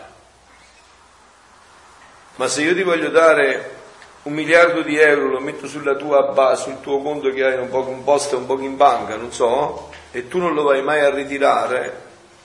Ma se io ti voglio dare un miliardo di euro, lo metto sulla tua base, sul tuo conto che hai un po' in posta e un po' in banca, non so, e tu non lo vai mai a ritirare,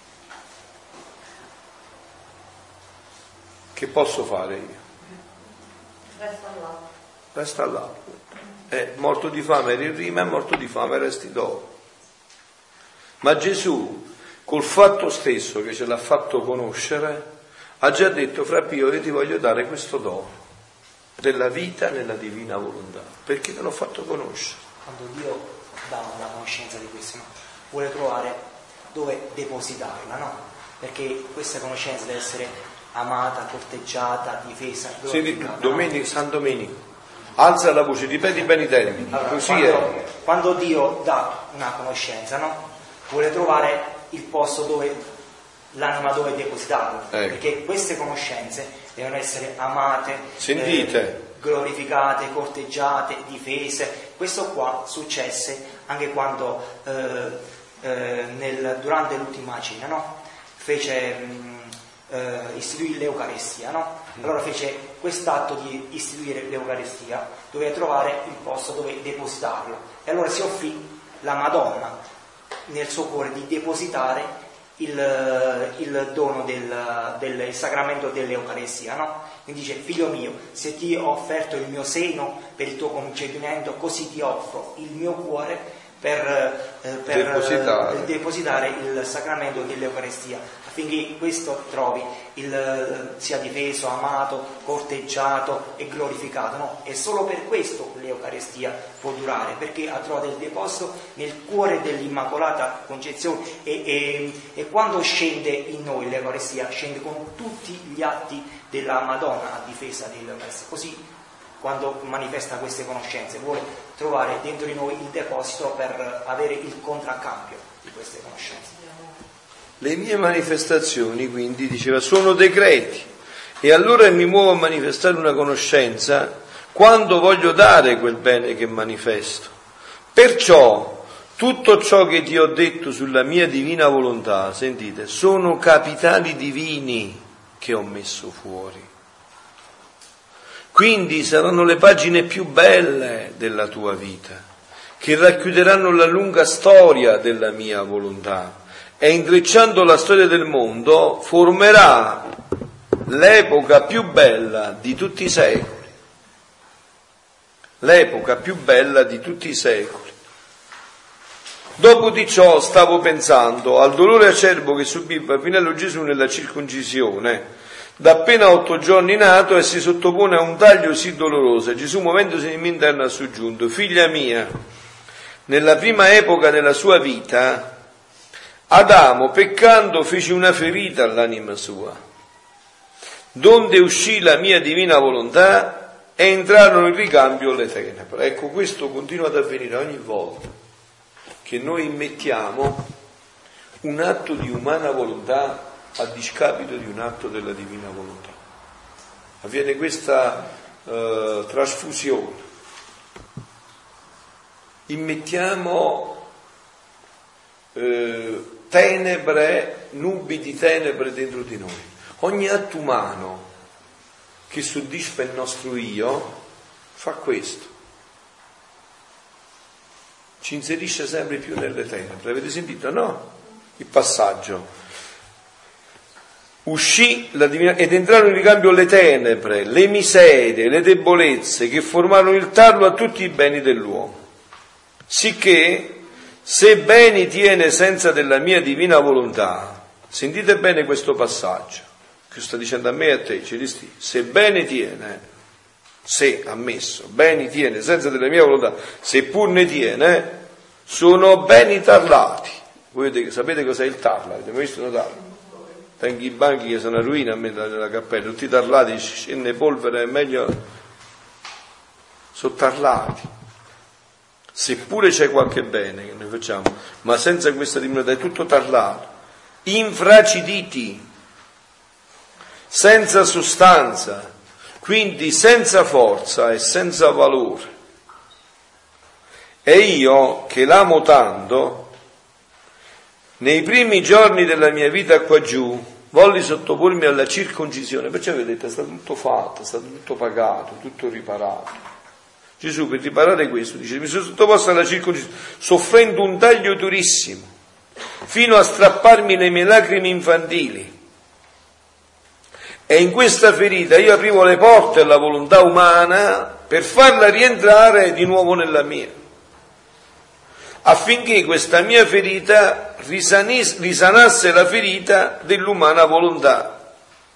che posso fare io? Resta là. Resta là. È morto di fame eri prima, è morto di fame resti dopo. Ma Gesù, col fatto stesso che ce l'ha fatto conoscere, ha già detto: fra Pio, io ti voglio dare questo dono della vita nella divina volontà, perché te l'ho fatto conoscere. Quando Dio dà la conoscenza di questo, no? Vuole trovare dove depositarla, no? perché questa conoscenza deve essere amata, corteggiata, difesa, Senti, glorificata. Domenico, San Domenico, alza la voce, ripeti bene i termini. Allora, Così quando, è. quando Dio dà una conoscenza, no? Vuole trovare il posto dove l'anima dove depositarlo, Ecco. perché queste conoscenze devono essere amate, Sentite. eh, glorificate, corteggiate, difese. Questo qua successe anche quando eh, eh, nel, durante l'ultima cena, no? Fece mh, eh, istituì l'Eucarestia, no? Allora fece quest'atto di istituire l'Eucarestia, doveva trovare il posto dove depositarlo, e allora si offrì la Madonna nel suo cuore di depositare il, il dono del, del sacramento dell'Eucarestia, no? Quindi dice: figlio mio, se ti ho offerto il mio seno per il tuo concepimento, così ti offro il mio cuore per, eh, per depositare. eh, depositare il sacramento dell'Eucarestia, affinché questo trovi il, sia difeso, amato, corteggiato e glorificato, no? E solo per questo l'Eucarestia può durare, perché ha trovato il deposito nel cuore dell'Immacolata Concezione, e, e, e quando scende in noi l'Eucarestia scende con tutti gli atti della Madonna a difesa dell'Eucarestia. Così, quando manifesta queste conoscenze, vuole trovare dentro di noi il deposito per avere il contraccambio di queste conoscenze. Le mie manifestazioni, quindi, diceva, sono decreti, e allora mi muovo a manifestare una conoscenza quando voglio dare quel bene che manifesto. Perciò tutto ciò che ti ho detto sulla mia divina volontà, sentite, sono capitali divini che ho messo fuori. Quindi saranno le pagine più belle della tua vita, che racchiuderanno la lunga storia della mia volontà, e intrecciando la storia del mondo formerà l'epoca più bella di tutti i secoli. L'epoca più bella di tutti i secoli. Dopo di ciò stavo pensando al dolore acerbo che subì il bambinello Gesù nella circoncisione. Da appena otto giorni nato e si sottopone a un taglio sì doloroso. Gesù, muovendosi nel mio interno, ha soggiunto: figlia mia, nella prima epoca della sua vita Adamo, peccando, fece una ferita all'anima sua, donde uscì la mia divina volontà e entrarono in ricambio le tenebre. Ecco, questo continua ad avvenire ogni volta che noi immettiamo un atto di umana volontà a discapito di un atto della divina volontà. Avviene questa eh, trasfusione. Immettiamo eh, tenebre, nubi di tenebre dentro di noi. Ogni atto umano che soddisfa il nostro io fa questo. Ci inserisce sempre più nelle tenebre. Avete sentito, no? Il passaggio. Uscì la divina, ed entrarono in ricambio le tenebre, le miserie, le debolezze che formarono il tarlo a tutti i beni dell'uomo. Sicché, se beni tiene senza della mia divina volontà, sentite bene questo passaggio, che sta dicendo a me e a te, Celestino, se bene tiene, se ammesso, beni tiene senza della mia volontà, seppur ne tiene, sono beni tarlati. Voi sapete cos'è il tarlo? Avete mai visto un tarlo? Anche i banchi che sono a ruina a me della cappella, tutti tarlati, scende polvere, è meglio, sono tarlati. Seppure c'è qualche bene che noi facciamo, ma senza questa divinità è tutto tarlato, infraciditi, senza sostanza, quindi senza forza e senza valore. E io, che l'amo tanto, nei primi giorni della mia vita qua giù, volli sottopormi alla circoncisione, perciò vedete, è stato tutto fatto, è stato tutto pagato, tutto riparato. Gesù, per riparare questo, dice: mi sono sottoposto alla circoncisione, soffrendo un taglio durissimo, fino a strapparmi le mie lacrime infantili. E in questa ferita io aprivo le porte alla volontà umana per farla rientrare di nuovo nella mia, affinché questa mia ferita risanis, risanasse la ferita dell'umana volontà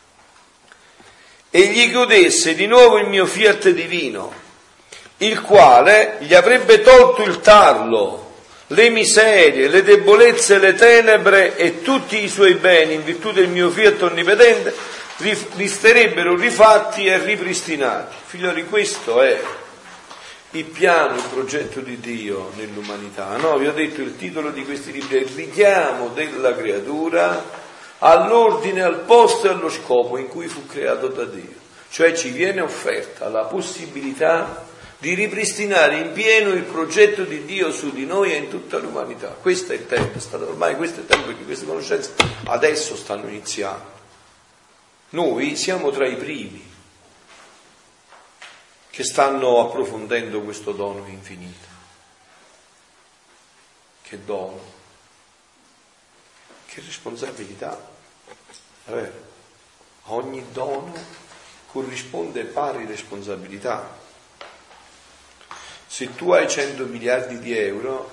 e gli chiudesse di nuovo il mio fiat divino, il quale gli avrebbe tolto il tarlo le miserie, le debolezze, le tenebre e tutti i suoi beni, in virtù del mio fiat onnipotente, resterebbero rifatti e ripristinati. Figlioli, questo è il piano, il progetto di Dio nell'umanità. No, vi ho detto il titolo di questi libri è il richiamo della creatura all'ordine, al posto e allo scopo in cui fu creato da Dio. Cioè ci viene offerta la possibilità di ripristinare in pieno il progetto di Dio su di noi e in tutta l'umanità. Questo è il tempo, è stato ormai questo è il tempo che queste conoscenze adesso stanno iniziando. Noi siamo tra i primi che stanno approfondendo questo dono infinito. Che dono, che responsabilità. Vabbè, a ogni dono corrisponde pari responsabilità. Se tu hai cento miliardi di euro,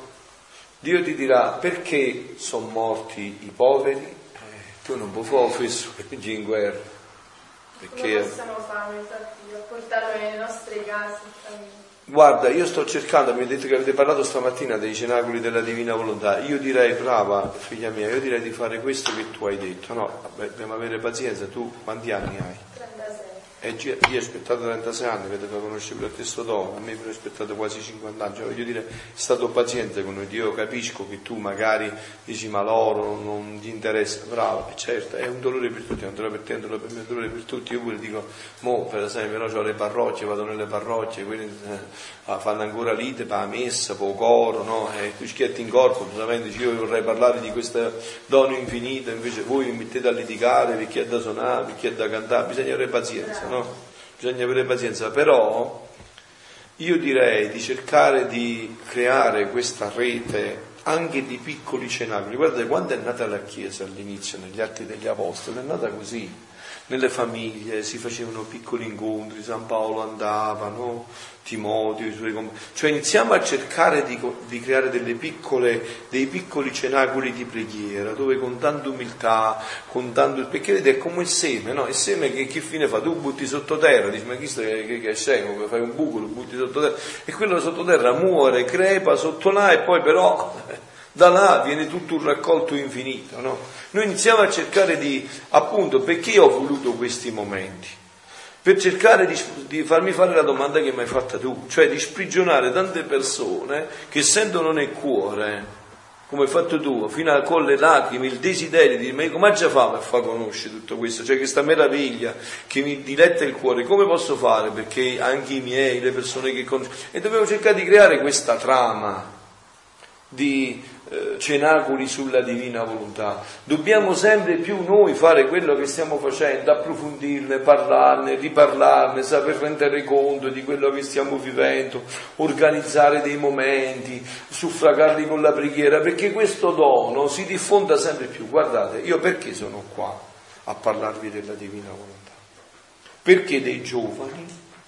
Dio ti dirà: perché sono morti i poveri? Eh, tu non puoi fare offesso per in guerra. Perché... Come possiamo fare, infatti, a portarlo nei nostri casi? Guarda, io sto cercando, mi avete detto che avete parlato stamattina dei cenacoli della divina volontà. Io direi, brava figlia mia, io direi di fare questo che tu hai detto. No, vabbè, dobbiamo avere pazienza. Tu quanti anni hai? trentasei. E io ho aspettato trentasei anni, vedo che conosci per il stesso dono, a me mi ho aspettato quasi cinquanta anni, cioè, voglio dire, è stato paziente con noi. Io capisco che tu magari dici ma loro non gli interessa, bravo, e certo, è un dolore per tutti, è un dolore per te, è un dolore per me, è un dolore per tutti. Io pure dico, mo per esempio, no, ho le parrocchie, vado nelle parrocchie, quelli eh, fanno ancora lite per la messa, per il coro, no? E tu schietti in corpo, solamente dici io vorrei parlare di questo dono infinito, invece voi mi mettete a litigare, vi chiedo da suonare, vi chiedo da cantare, bisogna avere pazienza. No? Bisogna avere pazienza, però io direi di cercare di creare questa rete anche di piccoli cenacoli. Guardate, quando è nata la Chiesa all'inizio, negli Atti degli Apostoli, è nata così. Nelle famiglie si facevano piccoli incontri, San Paolo andava, no? Timoteo, i suoi compagni. Cioè iniziamo a cercare di, di creare delle piccole, dei piccoli cenacoli di preghiera, dove con tanta umiltà, con tanto, perché vedete è come il seme, no? Il seme che, che fine fa? Tu butti sottoterra, dici ma chi stai, che, che è scemo, fai un buco, lo butti sottoterra, e quello sottoterra muore, crepa sotto là e poi però da là viene tutto un raccolto infinito, no? Noi iniziamo a cercare di, appunto, perché ho voluto questi momenti? Per cercare di, di farmi fare la domanda che mi hai fatta tu, cioè di sprigionare tante persone che sentono nel cuore, come hai fatto tu, fino a con le lacrime, il desiderio di dire, ma come già fa a far conoscere tutto questo? Cioè questa meraviglia che mi diletta il cuore, come posso fare? Perché anche i miei, le persone che conosco, e dobbiamo cercare di creare questa trama di eh, cenacoli sulla divina volontà. Dobbiamo sempre più noi fare quello che stiamo facendo, approfondirne, parlarne, riparlarne, saper rendere conto di quello che stiamo vivendo, organizzare dei momenti, suffragarli con la preghiera, perché questo dono si diffonda sempre più. Guardate, io perché sono qua a parlarvi della divina volontà? Perché dei giovani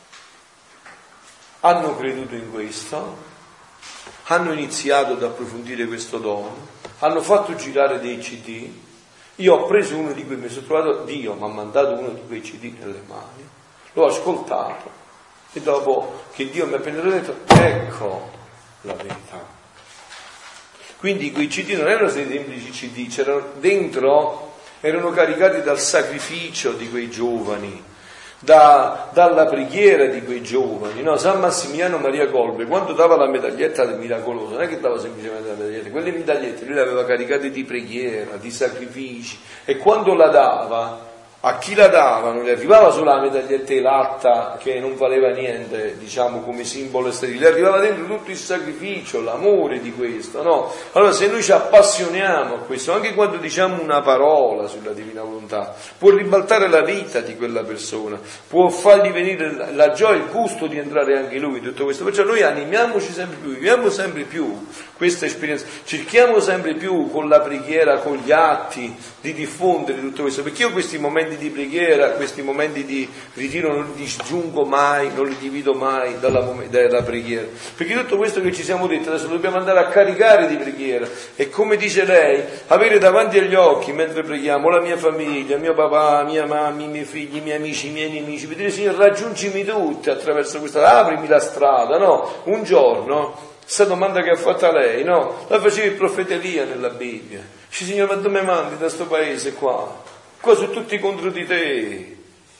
hanno creduto in questo, hanno iniziato ad approfondire questo dono, hanno fatto girare dei C D, io ho preso uno di quei, mi sono trovato, Dio mi ha mandato uno di quei C D nelle mani, l'ho ascoltato e dopo che Dio mi ha appena detto, ecco la verità. Quindi quei C D non erano semplici C D, c'erano dentro, erano caricati dal sacrificio di quei giovani, Da, dalla preghiera di quei giovani, no? San Massimiliano Maria Colbe, quando dava la medaglietta del miracoloso, non è che dava semplicemente la medaglietta, quelle medagliette lui le aveva caricate di preghiera, di sacrifici, e quando la dava, a chi la dava non gli arrivava solo la medaglietta elatta che non valeva niente, diciamo come simbolo esterno, gli arrivava dentro tutto il sacrificio, l'amore di questo, no? Allora se noi ci appassioniamo a questo, anche quando diciamo una parola sulla divina volontà, può ribaltare la vita di quella persona, può fargli venire la gioia, il gusto di entrare anche lui in tutto questo. Perciò noi animiamoci sempre più, viviamo sempre più questa esperienza, cerchiamo sempre più con la preghiera, con gli atti di diffondere tutto questo, perché io questi momenti di preghiera, questi momenti di ritiro non li disgiungo mai, non li divido mai dalla, dalla preghiera, perché tutto questo che ci siamo detti adesso dobbiamo andare a caricare di preghiera, e come dice lei, avere davanti agli occhi mentre preghiamo la mia famiglia, mio papà, mia mamma, i miei figli, i miei amici, i miei nemici, per dire Signore raggiungimi tutti attraverso questa, aprimi la strada, no? Un giorno Questa domanda che ha fatto lei, no? La faceva il profeta Elia nella Bibbia. Dice, Signore, ma dove mi mandi da sto paese qua? Qua sono tutti contro di te.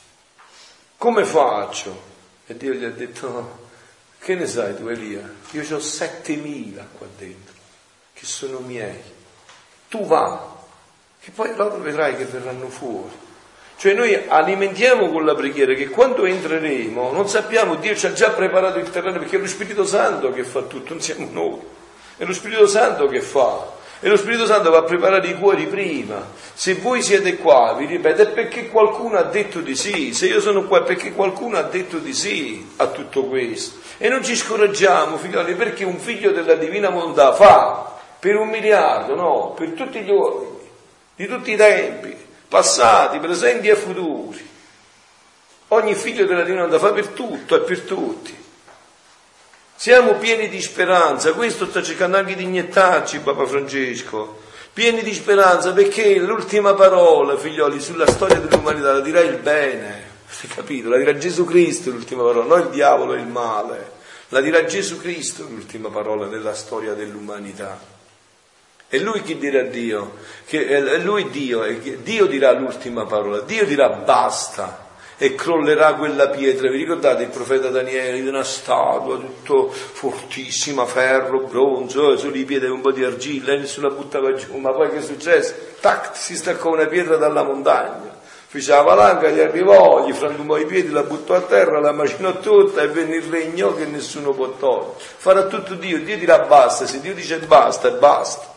Come faccio? E Dio gli ha detto, no, che ne sai tu Elia? Io ho settemila qua dentro, che sono miei. Tu va, che poi loro vedrai che verranno fuori. Cioè noi alimentiamo con la preghiera che quando entreremo non sappiamo, Dio ci ha già preparato il terreno, perché è lo Spirito Santo che fa tutto, non siamo noi, è lo Spirito Santo che fa, e lo Spirito Santo va a preparare i cuori prima. Se voi siete qua, vi ripeto, è perché qualcuno ha detto di sì. Se io sono qua è perché qualcuno ha detto di sì a tutto questo, e non ci scoraggiamo, figlioli, perché un figlio della divina volontà fa per un miliardo, no, per tutti gli uomini di tutti i tempi, passati, presenti e futuri. Ogni figlio della divina volontà fa per tutto e per tutti. Siamo pieni di speranza, questo sta cercando anche di iniettarci Papa Francesco, pieni di speranza, perché l'ultima parola, figlioli, sulla storia dell'umanità la dirà il bene, hai capito? La dirà Gesù Cristo l'ultima parola, non il diavolo e il male, la dirà Gesù Cristo l'ultima parola nella storia dell'umanità. E lui chi dirà Dio? Che è lui Dio, e Dio dirà l'ultima parola, Dio dirà basta, e crollerà quella pietra. Vi ricordate il profeta Daniele di una statua tutto fortissima, ferro, bronzo, e solo i piedi un po' di argilla e nessuno la buttava giù, ma poi che è successo? Tac, si staccò una pietra dalla montagna, fece la valanga, gli arrivò, gli frantumò i piedi, la buttò a terra, la macinò tutta e venne il regno che nessuno può togliere. Farà tutto Dio, Dio dirà basta, se Dio dice basta, è basta.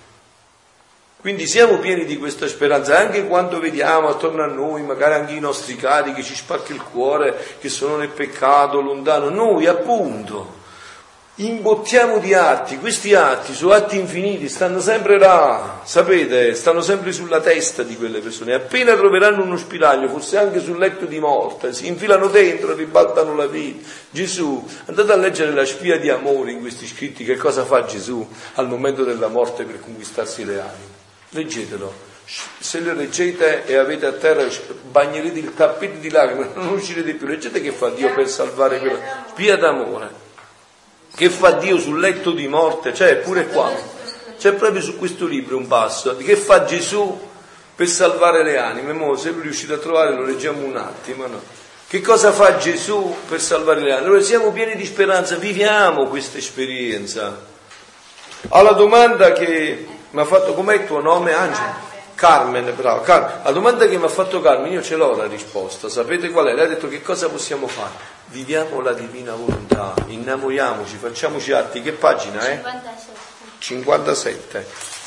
Quindi siamo pieni di questa speranza, anche quando vediamo attorno a noi, magari anche i nostri cari che ci spacca il cuore, che sono nel peccato, lontano. Noi appunto imbottiamo di atti, questi atti sono atti infiniti, stanno sempre là, sapete, stanno sempre sulla testa di quelle persone. Appena troveranno uno spiraglio, forse anche sul letto di morte, si infilano dentro, ribaltano la vita. Gesù, andate a leggere la spia di amore in questi scritti, che cosa fa Gesù al momento della morte per conquistarsi le anime. Leggetelo, se le leggete e avete a terra, bagnerete il tappeto di lacrime, non uscirete più. Leggete che fa Dio per salvare quella spia d'amore, che fa Dio sul letto di morte, c'è pure qua, c'è proprio su questo libro un passo, che fa Gesù per salvare le anime. Mo, se lui riuscite a trovare lo leggiamo un attimo, no? Che cosa fa Gesù per salvare le anime? Noi siamo pieni di speranza, viviamo questa esperienza. Alla domanda che mi ha fatto, com'è il tuo nome, Angela? Carmen, bravo. Carmen. La domanda che mi ha fatto Carmen, io ce l'ho la risposta. Sapete qual è? Lei ha detto che cosa possiamo fare? Viviamo la divina volontà, innamoriamoci, facciamoci atti. Che pagina è? cinquantasette. cinquantasette.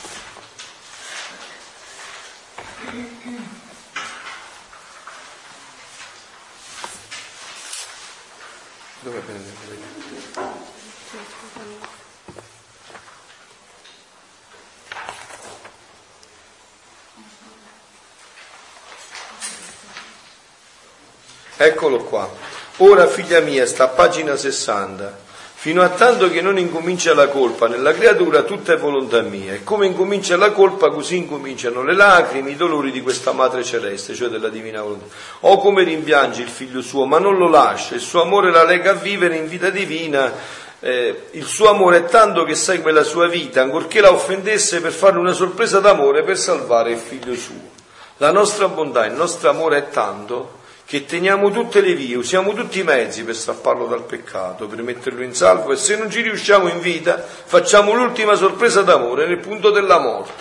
Dove prendete? Eccolo qua. Ora, figlia mia, sta a pagina sessanta. Fino a tanto che non incomincia la colpa nella creatura, tutta è volontà mia. E come incomincia la colpa, così incominciano le lacrime, i dolori di questa madre celeste, cioè della divina volontà. O come rimpiange il figlio suo, ma non lo lascia, il suo amore la lega a vivere in vita divina. Eh, il suo amore è tanto che segue la sua vita, ancorché la offendesse, per farle una sorpresa d'amore per salvare il figlio suo. La nostra bontà, il nostro amore è tanto che teniamo tutte le vie, usiamo tutti i mezzi per strapparlo dal peccato, per metterlo in salvo, e se non ci riusciamo in vita facciamo l'ultima sorpresa d'amore nel punto della morte.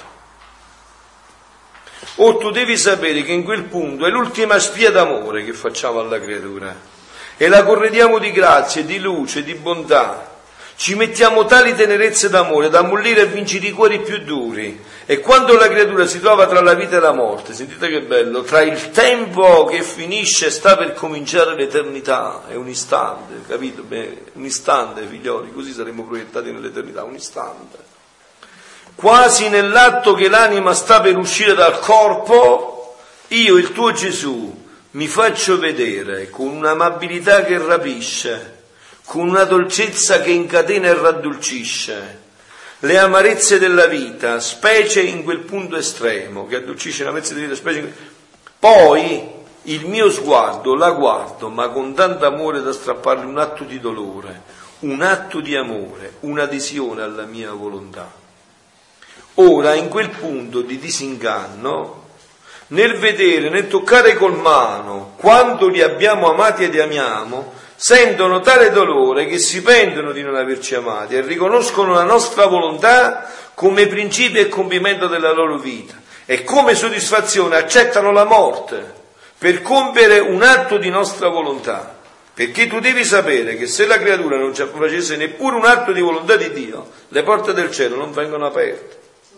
O tu devi sapere che in quel punto è l'ultima spia d'amore che facciamo alla creatura, e la corrediamo di grazia, di luce, di bontà. Ci mettiamo tali tenerezze d'amore da ammollire e vincere i cuori più duri. E quando la creatura si trova tra la vita e la morte, sentite che bello, tra il tempo che finisce e sta per cominciare l'eternità, è un istante, capito? Beh, un istante, figlioli, così saremo proiettati nell'eternità, un istante. Quasi nell'atto che l'anima sta per uscire dal corpo, io, il tuo Gesù, mi faccio vedere con un'amabilità che rapisce, con una dolcezza che incatena e raddolcisce le amarezze della vita, specie in quel punto estremo che addolcisce l'amarezza della vita, specie in... Poi il mio sguardo la guardo, ma con tanto amore da strapparle un atto di dolore, un atto di amore, un'adesione alla mia volontà. Ora, in quel punto di disinganno, nel vedere, nel toccare col mano quanto li abbiamo amati ed amiamo, sentono tale dolore che si pentono di non averci amati e riconoscono la nostra volontà come principio e compimento della loro vita e come soddisfazione accettano la morte per compiere un atto di nostra volontà. Perché tu devi sapere che se la creatura non ci facesse neppure un atto di volontà di Dio, le porte del cielo non vengono aperte.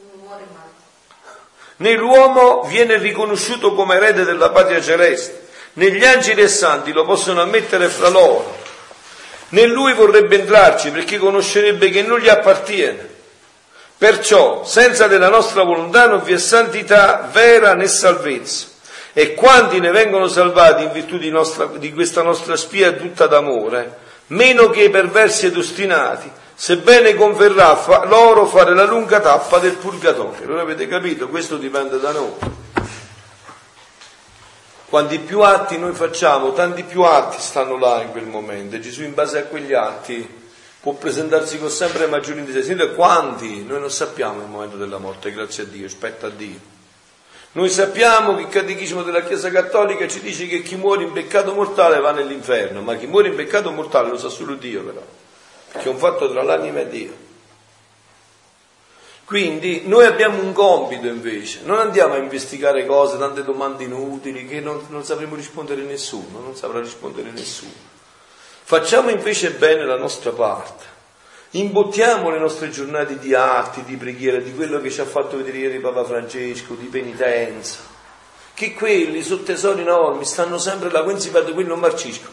Né l'uomo viene riconosciuto come erede della patria celeste, né gli angeli e santi lo possono ammettere fra loro, né lui vorrebbe entrarci perché conoscerebbe che non gli appartiene. Perciò, senza della nostra volontà non vi è santità vera né salvezza. E quanti ne vengono salvati in virtù di, nostra, di questa nostra spia tutta d'amore, meno che i perversi ed ostinati, sebbene converrà fa, loro fare la lunga tappa del purgatorio. Allora avete capito? Questo dipende da noi. Quanti più atti noi facciamo, tanti più atti stanno là in quel momento. E Gesù in base a quegli atti può presentarsi con sempre maggiori intensità. Quanti? Noi non sappiamo il momento della morte, grazie a Dio, spetta a Dio. Noi sappiamo che il catechismo della Chiesa Cattolica ci dice che chi muore in peccato mortale va nell'inferno, ma chi muore in peccato mortale lo sa solo Dio però, perché è un fatto tra l'anima e Dio. Quindi noi abbiamo un compito invece, non andiamo a investigare cose, tante domande inutili che non, non sapremo rispondere nessuno, non saprà rispondere nessuno. Facciamo invece bene la nostra parte. Imbottiamo le nostre giornate di atti, di preghiera, di quello che ci ha fatto vedere ieri Papa Francesco, di penitenza, che quelli sono tesori enormi, stanno sempre là, quindi si perde, quelli non marciscono,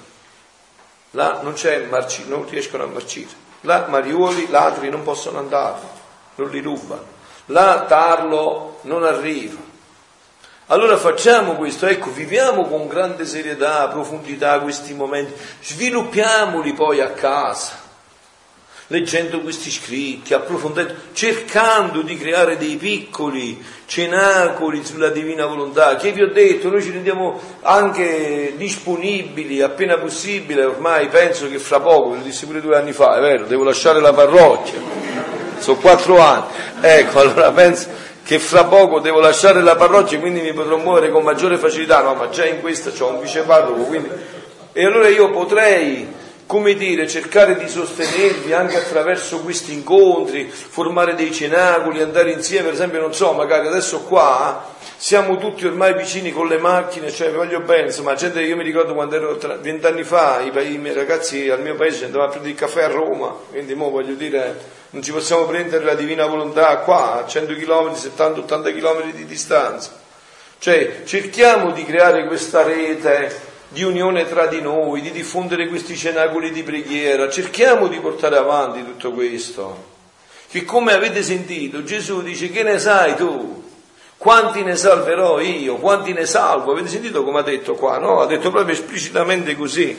là non c'è marci, non riescono a marcire, là mariuoli, ladri non possono andare, non li rubano, là tarlo non arriva. Allora facciamo questo, ecco, viviamo con grande serietà, profondità questi momenti, sviluppiamoli poi a casa, leggendo questi scritti, approfondendo, cercando di creare dei piccoli cenacoli sulla divina volontà, che vi ho detto, noi ci rendiamo anche disponibili appena possibile. Ormai penso che fra poco, ve lo dissi pure due anni fa, è vero, devo lasciare la parrocchia, sono quattro anni, ecco, allora penso che fra poco devo lasciare la parrocchia, quindi mi potrò muovere con maggiore facilità, no, ma già in questa c'ho un viceparroco, quindi, e allora io potrei, come dire, cercare di sostenervi anche attraverso questi incontri, formare dei cenacoli, andare insieme, per esempio, non so, magari adesso qua siamo tutti ormai vicini con le macchine, cioè voglio bene, insomma, gente, io mi ricordo quando ero vent'anni fa, i, i miei ragazzi al mio paese andavano a prendere il caffè a Roma, quindi mo voglio dire, non ci possiamo prendere la divina volontà qua, a cento chilometri, settanta ottanta chilometri di distanza. Cioè, cerchiamo di creare questa rete di unione tra di noi, di diffondere questi cenacoli di preghiera, cerchiamo di portare avanti tutto questo, che come avete sentito Gesù dice: che ne sai tu? Quanti ne salverò io? Quanti ne salvo? Avete sentito come ha detto qua, no? Ha detto proprio esplicitamente così.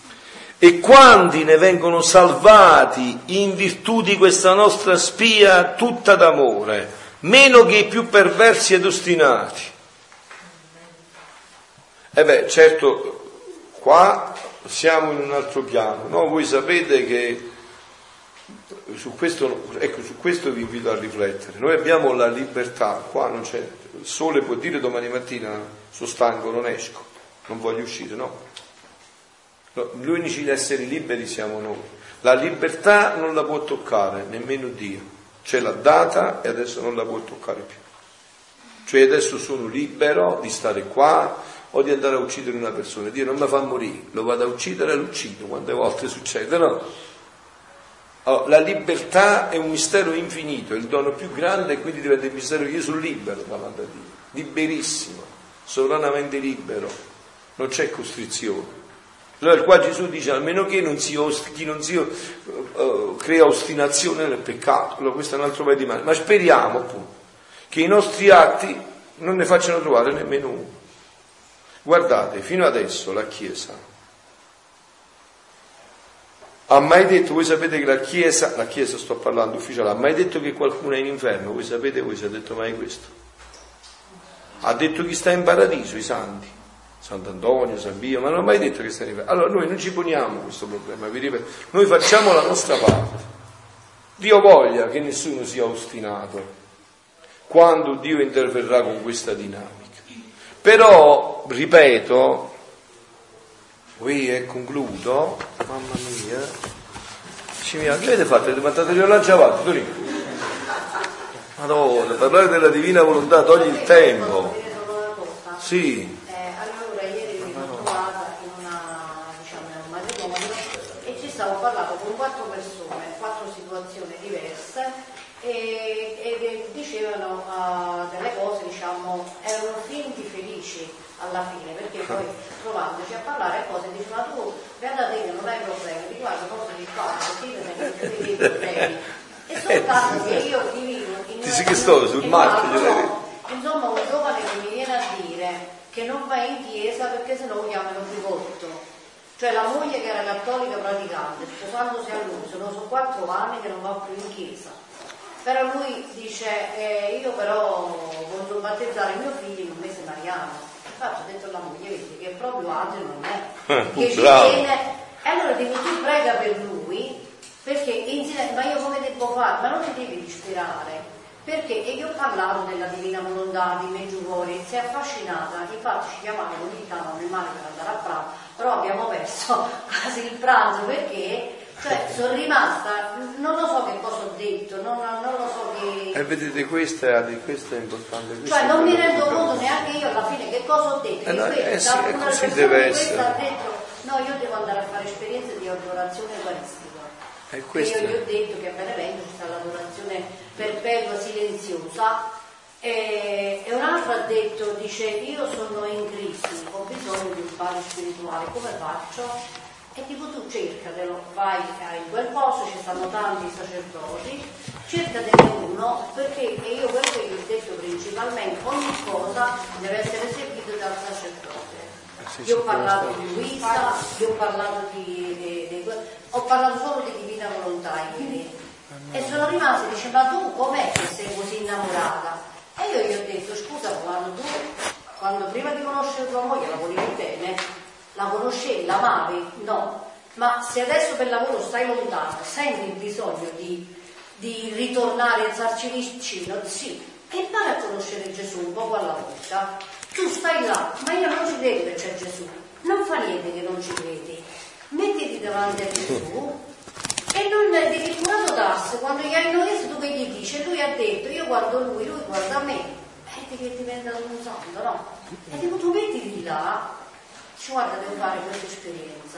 E quanti ne vengono salvati in virtù di questa nostra spia tutta d'amore, meno che i più perversi ed ostinati. E beh, certo, qua siamo in un altro piano, no? Voi sapete che su questo, ecco, su questo vi invito a riflettere. Noi abbiamo la libertà, qua non c'è, il sole può dire domani mattina sono stanco, non esco, non voglio uscire, no? No, gli unici esseri liberi siamo noi. La libertà non la può toccare nemmeno Dio, ce l'ha data e adesso non la può toccare più. Cioè adesso sono libero di stare qua o di andare a uccidere una persona. Dio non mi fa morire, lo vado a uccidere e lo uccido, quante volte succede, no? Allora, la libertà è un mistero infinito, è il dono più grande, e quindi diventa il mistero che io sono libero davanti a Dio, liberissimo, sovranamente libero, non c'è costrizione. Allora qua Gesù dice: almeno che non si, chi non si uh, crea ostinazione nel peccato. Allora questo è un altro paio di mani, ma speriamo appunto che i nostri atti non ne facciano trovare nemmeno uno. Guardate, fino adesso la Chiesa ha mai detto, voi sapete che la Chiesa, la Chiesa sto parlando ufficiale, ha mai detto che qualcuno è in inferno? Voi sapete, voi si è detto mai questo? Ha detto chi sta in paradiso, i santi. Sant'Antonio, San Pio, ma non ho mai detto che sta arrivando. Allora noi non ci poniamo questo problema, vi ripeto, noi facciamo la nostra parte. Dio voglia che nessuno sia ostinato quando Dio interverrà con questa dinamica. Però, ripeto, qui e concludo, mamma mia, ci mi che avete fatto? Avete mandato gli orologi avanti, Torino? Madonna, parlare della divina volontà toglie il tempo. Sì. Allora ieri mi sono trovata in una, diciamo, in un matrimonio e ci stavo parlando con quattro persone, quattro situazioni diverse e, e dicevano uh, delle cose, diciamo, erano finti felici alla fine, perché poi trovandoci a parlare cose dicevano tu guarda te che non hai problemi, ti guarda cosa ti faccio, ti vedi i problemi e soltanto che io ti vivo in Ti sì che sto sul marchio, insomma un giovane che mi viene a dire che non va in chiesa perché sennò lo chiamano bigotto, cioè la moglie che era cattolica praticante, sposandosi a lui, sono so quattro anni che non va più in chiesa, però lui dice eh, io però voglio battezzare mio figlio in un mese mariano. Infatti ho detto alla moglie, vedi che proprio Angelo non è che ci viene, e allora dico tu prega per lui perché insieme, ma io come devo fare? Ma non ti devi ispirare, perché io ho parlato della divina volontà di Medjugorje, si è affascinata, infatti ci chiamavano, mi invitavano il mare per andare a pranzo, però abbiamo perso quasi il pranzo perché cioè sono rimasta, non lo so che cosa ho detto, non, non lo so che... E vedete, questo è, questo è importante. Questo cioè non mi rendo importante. conto neanche io alla fine che cosa ho detto. Eh no, che eh sì, questa, è una così persona deve di questa essere. ha detto no, io devo andare a fare esperienze di adorazione eucaristica. E E questo io è... gli ho detto che a Benevento ci sta l'adorazione perpetua silenziosa. E, e un altro ha detto, dice io sono in crisi, ho bisogno di un padre spirituale, come faccio? E tipo tu cercatelo, vai in quel posto, ci stanno tanti sacerdoti, cercatene uno, perché e io quello che gli ho detto principalmente, ogni cosa deve essere seguita dal sacerdote. Io ho parlato di Luisa, io ho parlato di, di, di, di ho parlato solo di divina volontà ieri. E sono rimasta e dice, ma tu com'è che sei così innamorata? E io gli ho detto, scusa, quando tu, quando prima di conoscere tua moglie la volevi bene, la conoscevi, l'amavi? No. Ma se adesso per lavoro stai lontano, senti il bisogno di, di ritornare e starci vicino? Sì. E impara a conoscere Gesù un po' alla volta. Tu stai là, ma io non ci credo che c'è Gesù. Non fa niente che non ci credi. Mettiti davanti a Gesù e non devi curato d'asse. Quando gli hai noioso tu che gli dici? Lui ha detto, io guardo lui, lui guarda me. E che diventa un santo, no? E dico, tu mettiti là. Dice, guarda, devo fare questa esperienza.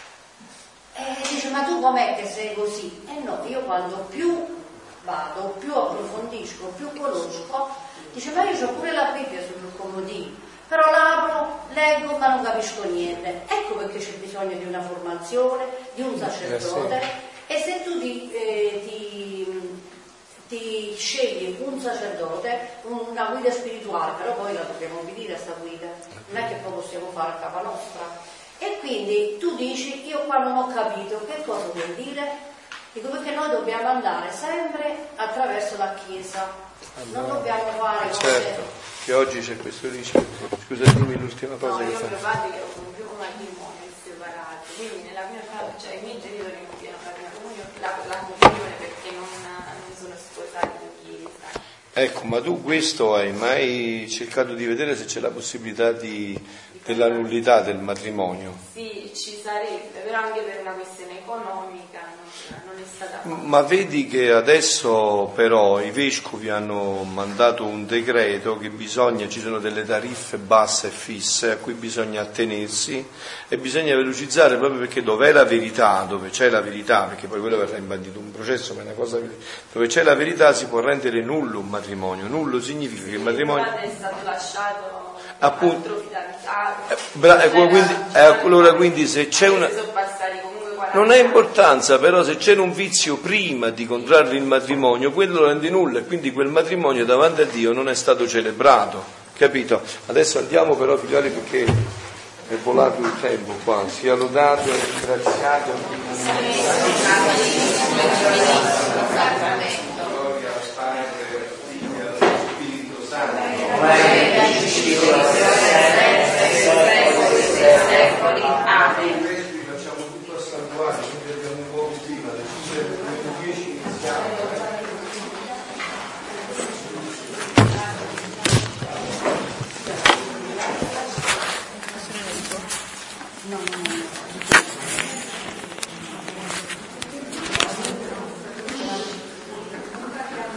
E dice, ma tu com'è che sei così? E no, io quando più vado, più approfondisco, più conosco, dice, ma io ho pure la Bibbia sul comodino, però l'apro, leggo, ma non capisco niente. Ecco perché c'è bisogno di una formazione, di un sacerdote, e se tu ti, eh, ti, ti scegli un sacerdote, una guida spirituale, però poi la dobbiamo obbedire a sta guida, non è che poi possiamo fare a capa nostra. E quindi tu dici, io qua non ho capito, che cosa vuol dire? Dico, perché noi dobbiamo andare sempre attraverso la Chiesa, non dobbiamo fare cose... Certo, che oggi c'è questo rischio. Scusa, dimmi l'ultima cosa no, che io fa. mio padre che ho più matrimoni separati, quindi nella mia famiglia, cioè i miei genitori non vogliono fare la comunione, la, la comunione perché non, non sono sposati in chiesa. Ecco, ma tu questo hai mai cercato di vedere se c'è la possibilità di, della nullità del matrimonio? Sì, ci sarebbe, però anche per una questione economica non, non è stata fatta. Ma vedi che adesso però i vescovi hanno mandato un decreto che bisogna, ci sono delle tariffe basse e fisse a cui bisogna attenersi e bisogna velocizzare proprio perché dov'è la verità, dove c'è la verità, perché poi quello verrà imbandito un processo, ma è una cosa dove c'è la verità si può rendere nullo un matrimonio. Nullo significa che il matrimonio è stato lasciato appunto altro fidanzato, eh, bra- eh, quindi, eh, allora quindi se c'è una non ha importanza, però se c'era un vizio prima di contrarre il matrimonio, quello lo rende nullo e quindi quel matrimonio davanti a Dio non è stato celebrato, capito? Adesso andiamo però, figlioli, perché è volato il tempo qua, sia lodato e ringraziato.